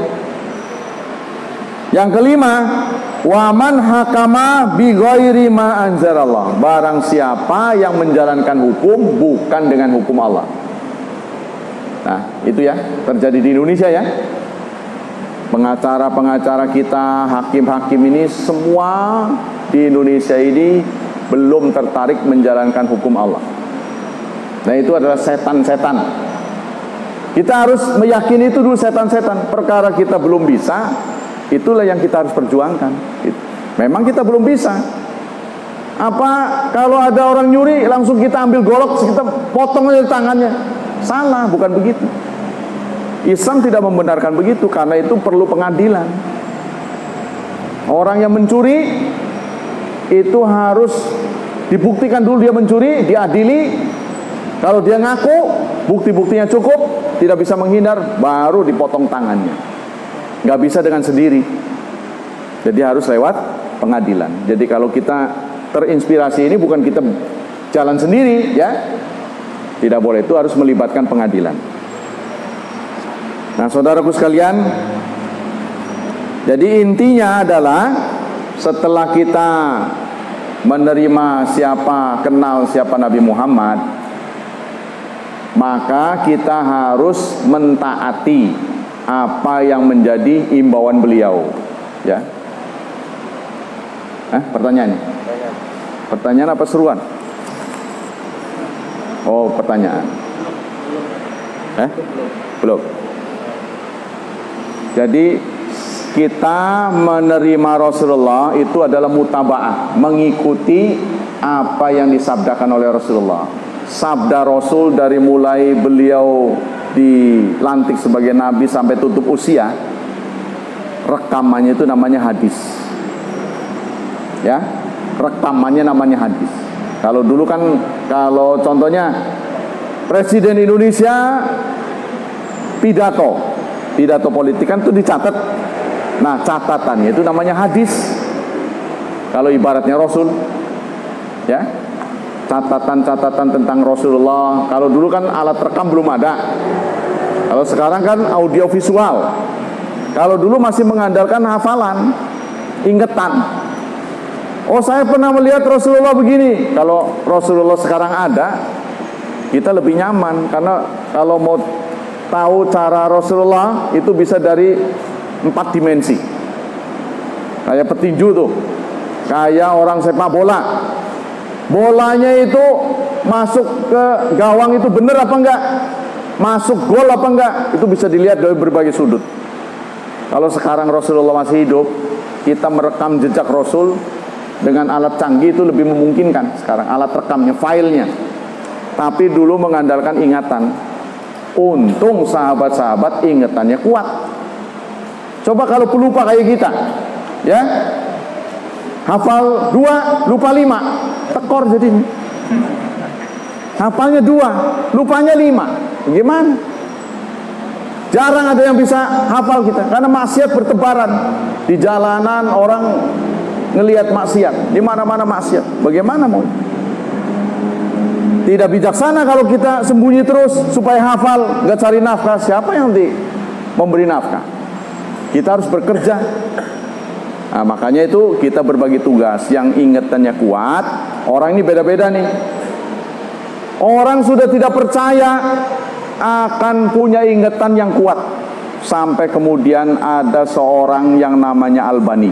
Yang kelima, waman hakama bi ghairi ma anzalallah. Barang siapa yang menjalankan hukum bukan dengan hukum Allah. Nah, itu ya terjadi di Indonesia ya. Pengacara-pengacara kita, hakim-hakim ini semua di Indonesia ini belum tertarik menjalankan hukum Allah. Nah, itu adalah setan-setan. Kita harus meyakini itu dulu setan-setan. Perkara kita belum bisa, itulah yang kita harus perjuangkan. Memang kita belum bisa. Apa kalau ada orang nyuri langsung kita ambil golok, kita potong aja tangannya? Salah, bukan begitu. Islam tidak membenarkan begitu, karena itu perlu pengadilan. Orang yang mencuri itu harus dibuktikan dulu dia mencuri, diadili. Kalau dia ngaku, bukti-buktinya cukup, tidak bisa menghindar, baru dipotong tangannya. Nggak bisa dengan sendiri. Jadi harus lewat pengadilan. Jadi kalau kita terinspirasi ini bukan kita jalan sendiri, ya. Tidak boleh, itu harus melibatkan pengadilan. Nah, saudaraku sekalian, jadi intinya adalah setelah kita menerima siapa, kenal siapa Nabi Muhammad, maka kita harus mentaati apa yang menjadi imbauan beliau, ya. Eh, pertanyaannya? Pertanyaan apa seruan? Oh, pertanyaan. Eh? Belum. Jadi kita menerima Rasulullah itu adalah mutaba'ah, mengikuti apa yang disabdakan oleh Rasulullah. Sabda Rasul dari mulai beliau dilantik sebagai nabi sampai tutup usia, rekamannya itu namanya hadis. Ya, rekamannya namanya hadis. Kalau dulu kan, kalau contohnya Presiden Indonesia pidato, pidato politik kan itu dicatat. Nah, catatannya itu namanya hadis. Kalau ibaratnya Rasul, ya, catatan-catatan tentang Rasulullah. Kalau dulu kan alat rekam belum ada. Kalau sekarang kan audio visual. Kalau dulu masih mengandalkan hafalan, ingetan. Oh, saya pernah melihat Rasulullah begini. Kalau Rasulullah sekarang ada, kita lebih nyaman. Karena kalau mau tahu cara Rasulullah, itu bisa dari empat dimensi. Kayak petinju tuh, kayak orang sepak bola. Bolanya itu masuk ke gawang itu benar apa enggak? Masuk gol apa enggak? Itu bisa dilihat dari berbagai sudut. Kalau sekarang Rasulullah masih hidup, kita merekam jejak Rasul dengan alat canggih itu lebih memungkinkan sekarang, alat rekamnya, filenya. Tapi dulu mengandalkan ingatan. Untung sahabat-sahabat ingatannya kuat. Coba kalau pelupa kayak kita, ya, hafal dua, lupa lima, tekor jadinya. Hafalnya dua, lupanya lima, gimana? Jarang ada yang bisa hafal kita, karena maksiat bertebaran di jalanan, orang ngelihat maksiat, di mana-mana maksiat. Bagaimana mau? Tidak bijaksana kalau kita sembunyi terus supaya hafal, nggak cari nafkah. Siapa yang di memberi nafkah? Kita harus bekerja. Nah, makanya itu kita berbagi tugas. Yang ingatannya kuat, orang ini beda-beda nih. Orang sudah tidak percaya akan punya ingatan yang kuat, sampai kemudian ada seorang yang namanya Albani.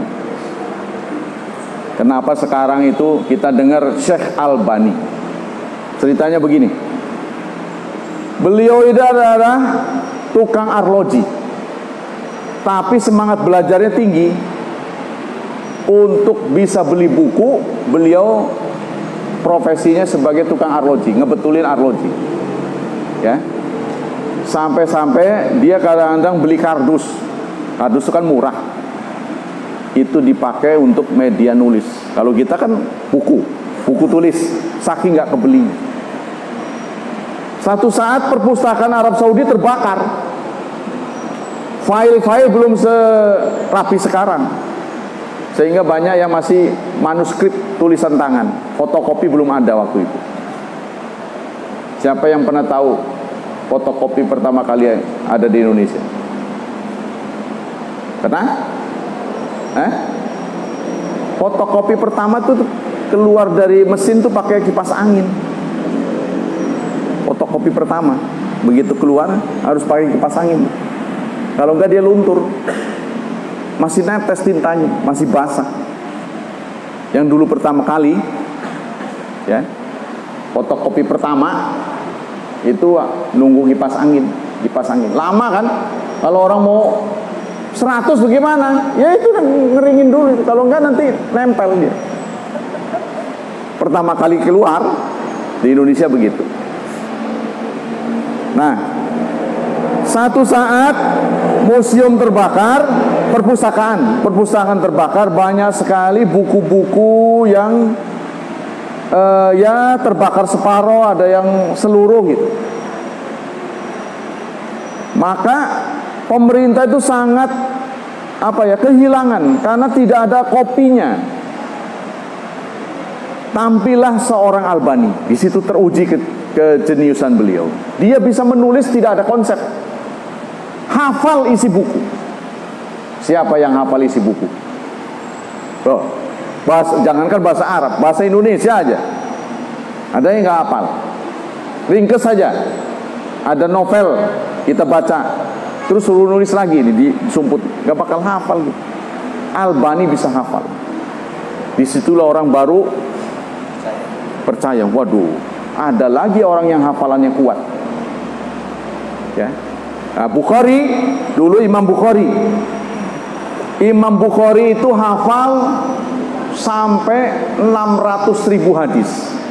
Kenapa sekarang itu kita dengar Syekh Albani? Ceritanya begini. Beliau itu adalah tukang arloji, tapi semangat belajarnya tinggi. Untuk bisa beli buku, beliau profesinya sebagai tukang arloji, ngebetulin arloji. Ya. Sampai-sampai dia kadang-kadang beli kardus. Kardus itu kan murah. Itu dipakai untuk media nulis. Kalau kita kan buku, buku tulis, saking nggak kebelinya. Satu saat perpustakaan Arab Saudi terbakar. File-file belum serapi sekarang, sehingga banyak yang masih manuskrip tulisan tangan, fotokopi belum ada waktu itu. Siapa yang pernah tahu fotokopi pertama kali ada di Indonesia? Pernah? Eh? Fotokopi pertama tuh keluar dari mesin tuh pakai kipas angin. Fotokopi pertama begitu keluar harus pakai kipas angin. Kalau enggak dia luntur, masih netes tintanya, masih basah. Yang dulu pertama kali, ya, fotokopi pertama itu nunggu kipas angin, kipas angin. Lama kan? Kalau orang mau seratus bagaimana? Ya itu ngeringin dulu. Kalau enggak nanti nempel dia. Pertama kali keluar di Indonesia begitu. Nah, satu saat museum terbakar, perpustakaan, perpustakaan terbakar, banyak sekali buku-buku yang uh, ya terbakar separuh, ada yang seluruh gitu. Maka pemerintah itu sangat apa ya kehilangan karena tidak ada kopinya. Tampillah seorang Albani, di situ teruji ke, kejeniusan beliau. Dia bisa menulis tidak ada konsep. Hafal isi buku. Siapa yang hafal isi buku? Oh, bahasa, jangankan bahasa Arab, bahasa Indonesia aja. Ada yang nggak hafal. Ringkes saja. Ada novel kita baca, terus suruh nulis lagi nih, disumput, nggak bakal hafal gitu. Albani bisa hafal. Disitulah orang baru percaya. Waduh, ada lagi orang yang hafalannya kuat. Ya. Nah, Bukhari, dulu Imam Bukhari Imam Bukhari itu hafal sampai enam ratus ribu hadis.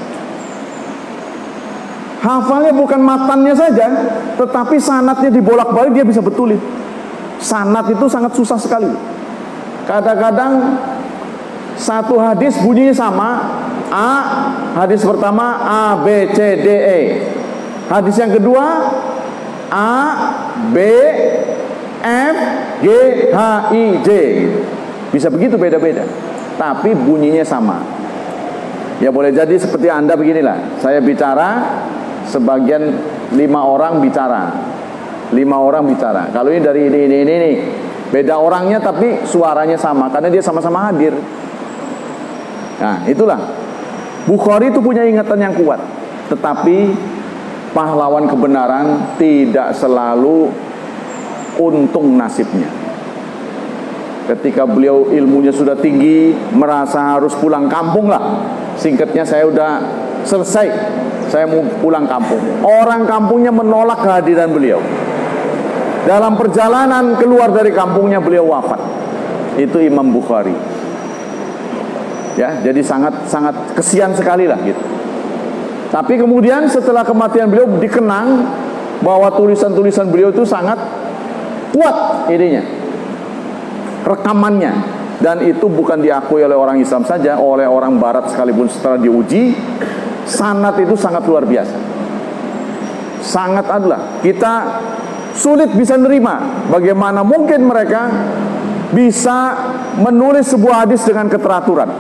Hafalnya bukan matannya saja, tetapi sanadnya dibolak-balik dia bisa betulin. Sanad itu sangat susah sekali. Kadang-kadang satu hadis bunyinya sama. A, hadis pertama A, B, C, D, E. Hadis yang kedua A, B, F, G, H, I, J. Bisa begitu beda-beda, tapi bunyinya sama. Ya boleh jadi seperti Anda beginilah. Saya bicara, sebagian lima orang bicara, lima orang bicara. Kalau ini dari ini, ini, ini, ini. Beda orangnya tapi suaranya sama, karena dia sama-sama hadir. Nah itulah, Bukhari itu punya ingatan yang kuat. Tetapi pahlawan kebenaran tidak selalu untung nasibnya. Ketika beliau ilmunya sudah tinggi, merasa harus pulang kampung lah. Singkatnya, saya udah selesai, saya mau pulang kampung. Orang kampungnya menolak kehadiran beliau. Dalam perjalanan keluar dari kampungnya beliau wafat. Itu Imam Bukhari. Ya, jadi sangat sangat kesian sekali lah gitu. Tapi kemudian setelah kematian beliau dikenang bahwa tulisan-tulisan beliau itu sangat kuat ininya, rekamannya, dan itu bukan diakui oleh orang Islam saja, oleh orang Barat sekalipun setelah diuji, sanad itu sangat luar biasa. Sangat adalah kita sulit bisa nerima bagaimana mungkin mereka bisa menulis sebuah hadis dengan keteraturan.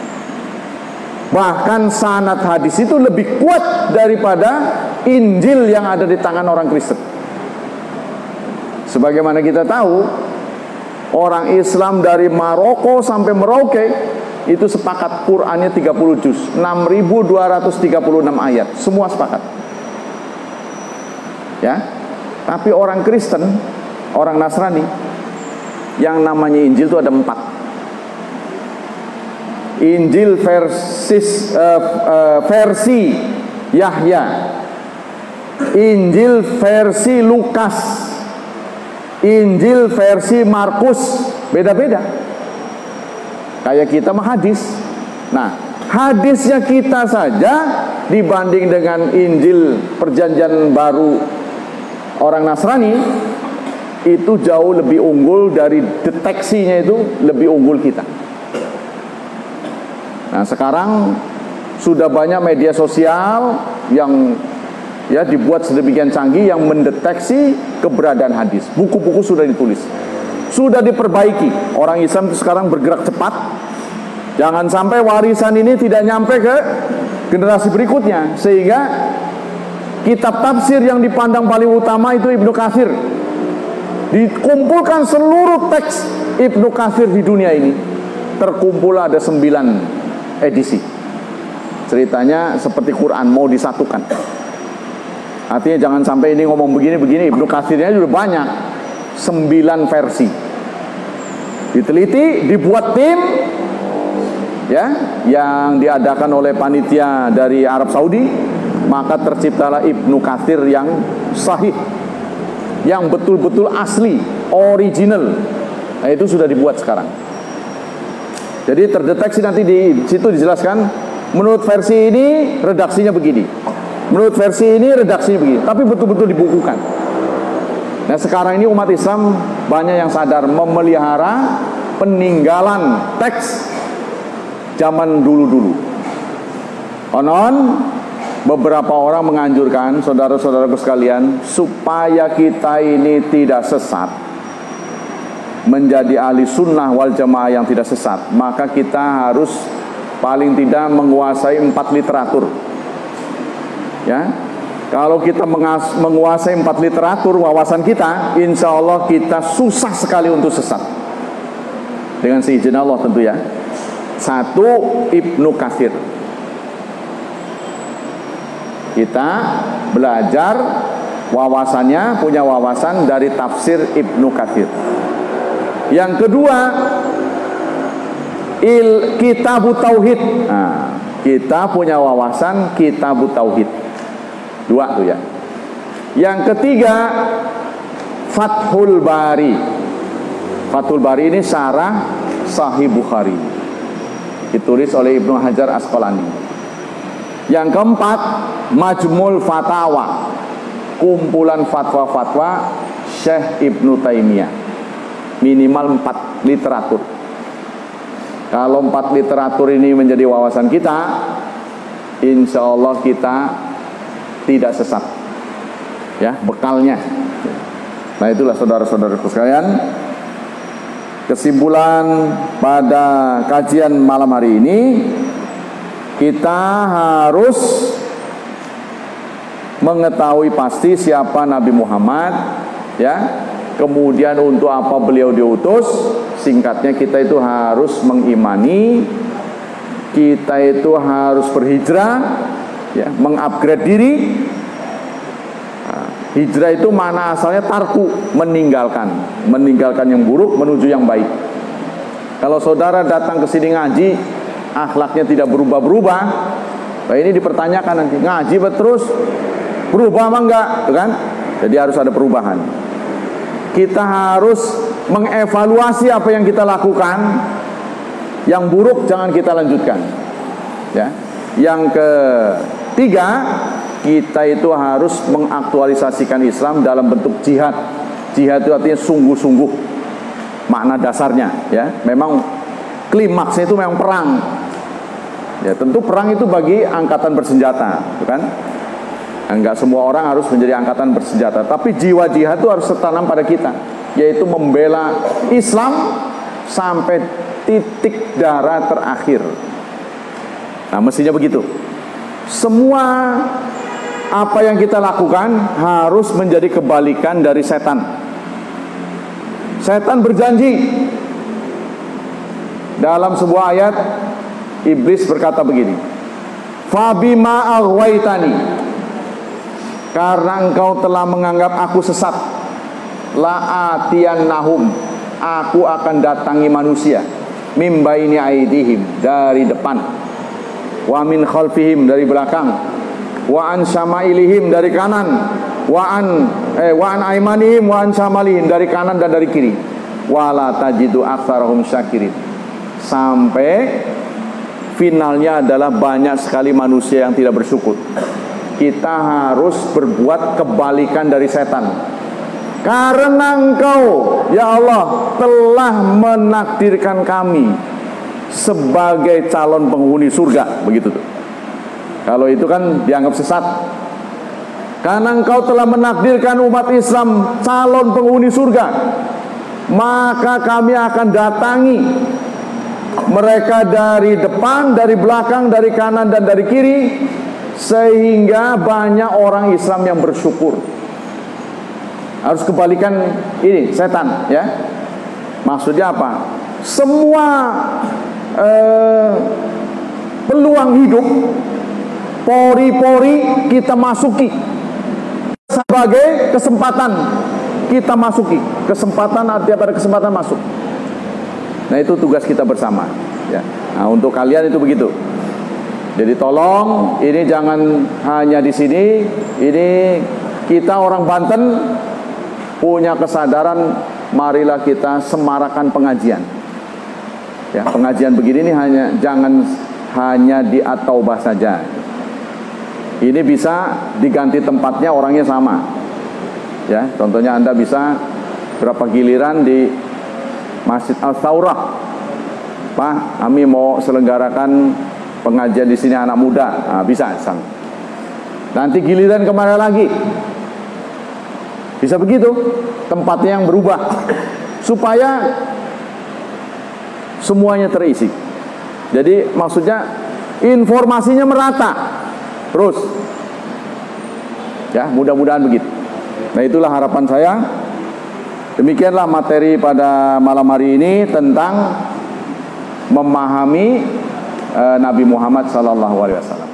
Bahkan sanad hadis itu lebih kuat daripada Injil yang ada di tangan orang Kristen. Sebagaimana kita tahu, orang Islam dari Maroko sampai Merauke itu sepakat Qur'annya tiga puluh juz, enam ribu dua ratus tiga puluh enam ayat, semua sepakat. Ya. Tapi orang Kristen, orang Nasrani, yang namanya Injil itu ada empat. Injil versis, uh, uh, versi Yahya, Injil versi Lukas, Injil versi Markus, beda-beda. Kayak kita mah hadis. Nah, hadisnya kita saja dibanding dengan Injil Perjanjian Baru orang Nasrani itu jauh lebih unggul, dari deteksinya itu lebih unggul kita. Nah, sekarang sudah banyak media sosial yang ya dibuat sedemikian canggih yang mendeteksi keberadaan hadis. Buku-buku sudah ditulis, sudah diperbaiki. Orang Islam itu sekarang bergerak cepat. Jangan sampai warisan ini tidak nyampe ke generasi berikutnya, sehingga kitab tafsir yang dipandang paling utama itu Ibnu Katsir. Dikumpulkan seluruh teks Ibnu Katsir di dunia ini, terkumpul ada sembilan edisi. Ceritanya seperti Quran mau disatukan. Artinya jangan sampai ini ngomong begini-begini, Ibnu Katsirnya sudah banyak, sembilan versi. Diteliti, dibuat tim ya, yang diadakan oleh panitia dari Arab Saudi, maka terciptalah Ibnu Katsir yang sahih, yang betul-betul asli, original. Nah, itu sudah dibuat sekarang. Jadi terdeteksi, nanti di situ dijelaskan menurut versi ini redaksinya begini, menurut versi ini redaksinya begini, tapi betul-betul dibukukan. Nah, sekarang ini umat Islam banyak yang sadar memelihara peninggalan teks zaman dulu-dulu. Konon beberapa orang menganjurkan saudara-saudaraku sekalian supaya kita ini tidak sesat, menjadi ahli sunnah wal jamaah yang tidak sesat, maka kita harus paling tidak menguasai empat literatur. Ya, kalau kita menguasai empat literatur wawasan kita, insya Allah kita susah sekali untuk sesat. Dengan seizin Allah tentu ya. Satu, Ibnu Katsir. Kita belajar wawasannya, punya wawasan dari tafsir Ibnu Katsir. Yang kedua, il Kitabut Tauhid. Nah, kita punya wawasan Kitabut Tauhid. Dua tuh ya. Yang ketiga, Fathul Bari. Fathul Bari ini syarah Sahih Bukhari, ditulis oleh Ibnu Hajar Asqalani. Yang keempat, Majmul Fatawa, kumpulan fatwa-fatwa Syekh Ibnu Taimiyah. Minimal empat literatur. Kalau empat literatur ini menjadi wawasan kita, insya Allah kita tidak sesat. Ya, bekalnya. Nah, itulah saudara-saudaraku sekalian, kesimpulan pada kajian malam hari ini, kita harus mengetahui pasti siapa Nabi Muhammad, ya. Kemudian untuk apa beliau diutus. Singkatnya, kita itu harus mengimani, kita itu harus berhijrah, ya, mengupgrade diri. Nah, hijrah itu mana asalnya tarku, meninggalkan, meninggalkan yang buruk menuju yang baik. Kalau saudara datang ke sini ngaji, akhlaknya tidak berubah-berubah, nah ini dipertanyakan nanti, ngaji terus berubah apa enggak, kan? Jadi harus ada perubahan. Kita harus mengevaluasi apa yang kita lakukan. Yang buruk jangan kita lanjutkan. Ya. Yang ketiga, kita itu harus mengaktualisasikan Islam dalam bentuk jihad. Jihad itu artinya sungguh-sungguh. Makna dasarnya, ya. Memang klimaksnya itu memang perang. Ya, tentu perang itu bagi angkatan bersenjata, bukan? Enggak semua orang harus menjadi angkatan bersenjata, tapi jiwa jihad itu harus tertanam pada kita, yaitu membela Islam sampai titik darah terakhir. Nah, mestinya begitu. Semua apa yang kita lakukan harus menjadi kebalikan dari setan. Setan berjanji dalam sebuah ayat, iblis berkata begini, "Fabima aghwaytani," karena engkau telah menganggap aku sesat, la'atiyannahum, aku akan datangi manusia, mim baini aidihim, dari depan, wa min khalfihim, dari belakang, wa an syama'ilihim, dari kanan, wa an eh wa an aimanihim, wa an syamalihim, dari kanan dan dari kiri, wa la tajidu aktsarahum syakirin, sampai finalnya adalah banyak sekali manusia yang tidak bersyukur. Kita harus berbuat kebalikan dari setan. Karena Engkau, ya Allah, telah menakdirkan kami sebagai calon penghuni surga, begitu tuh. Kalau itu kan dianggap sesat. Karena Engkau telah menakdirkan umat Islam calon penghuni surga, maka kami akan datangi mereka dari depan, dari belakang, dari kanan dan dari kiri, sehingga banyak orang Islam yang bersyukur. Harus kebalikan ini setan, ya. Maksudnya apa? Semua eh, peluang hidup, pori-pori kita masuki sebagai kesempatan, kita masuki kesempatan, artinya pada kesempatan masuk. Nah, itu tugas kita bersama, ya. Nah, untuk kalian itu begitu. Jadi tolong, ini jangan hanya di sini. Ini kita orang Banten punya kesadaran, marilah kita semarakan pengajian. Ya, pengajian begini ini hanya jangan hanya di at-taubah saja. Ini bisa diganti tempatnya, orangnya sama. Ya, contohnya Anda bisa berapa giliran di Masjid Al-Thawrah. Pak, kami mau selenggarakan pengajian di sini anak muda. Nah, bisa, sang. Nanti giliran kemana lagi? Bisa begitu, tempatnya yang berubah supaya semuanya terisi. Jadi maksudnya informasinya merata terus. Ya, mudah-mudahan begitu. Nah, itulah harapan saya. Demikianlah materi pada malam hari ini tentang memahami uh, Nabi Muhammad sallallahu alaihi wasallam.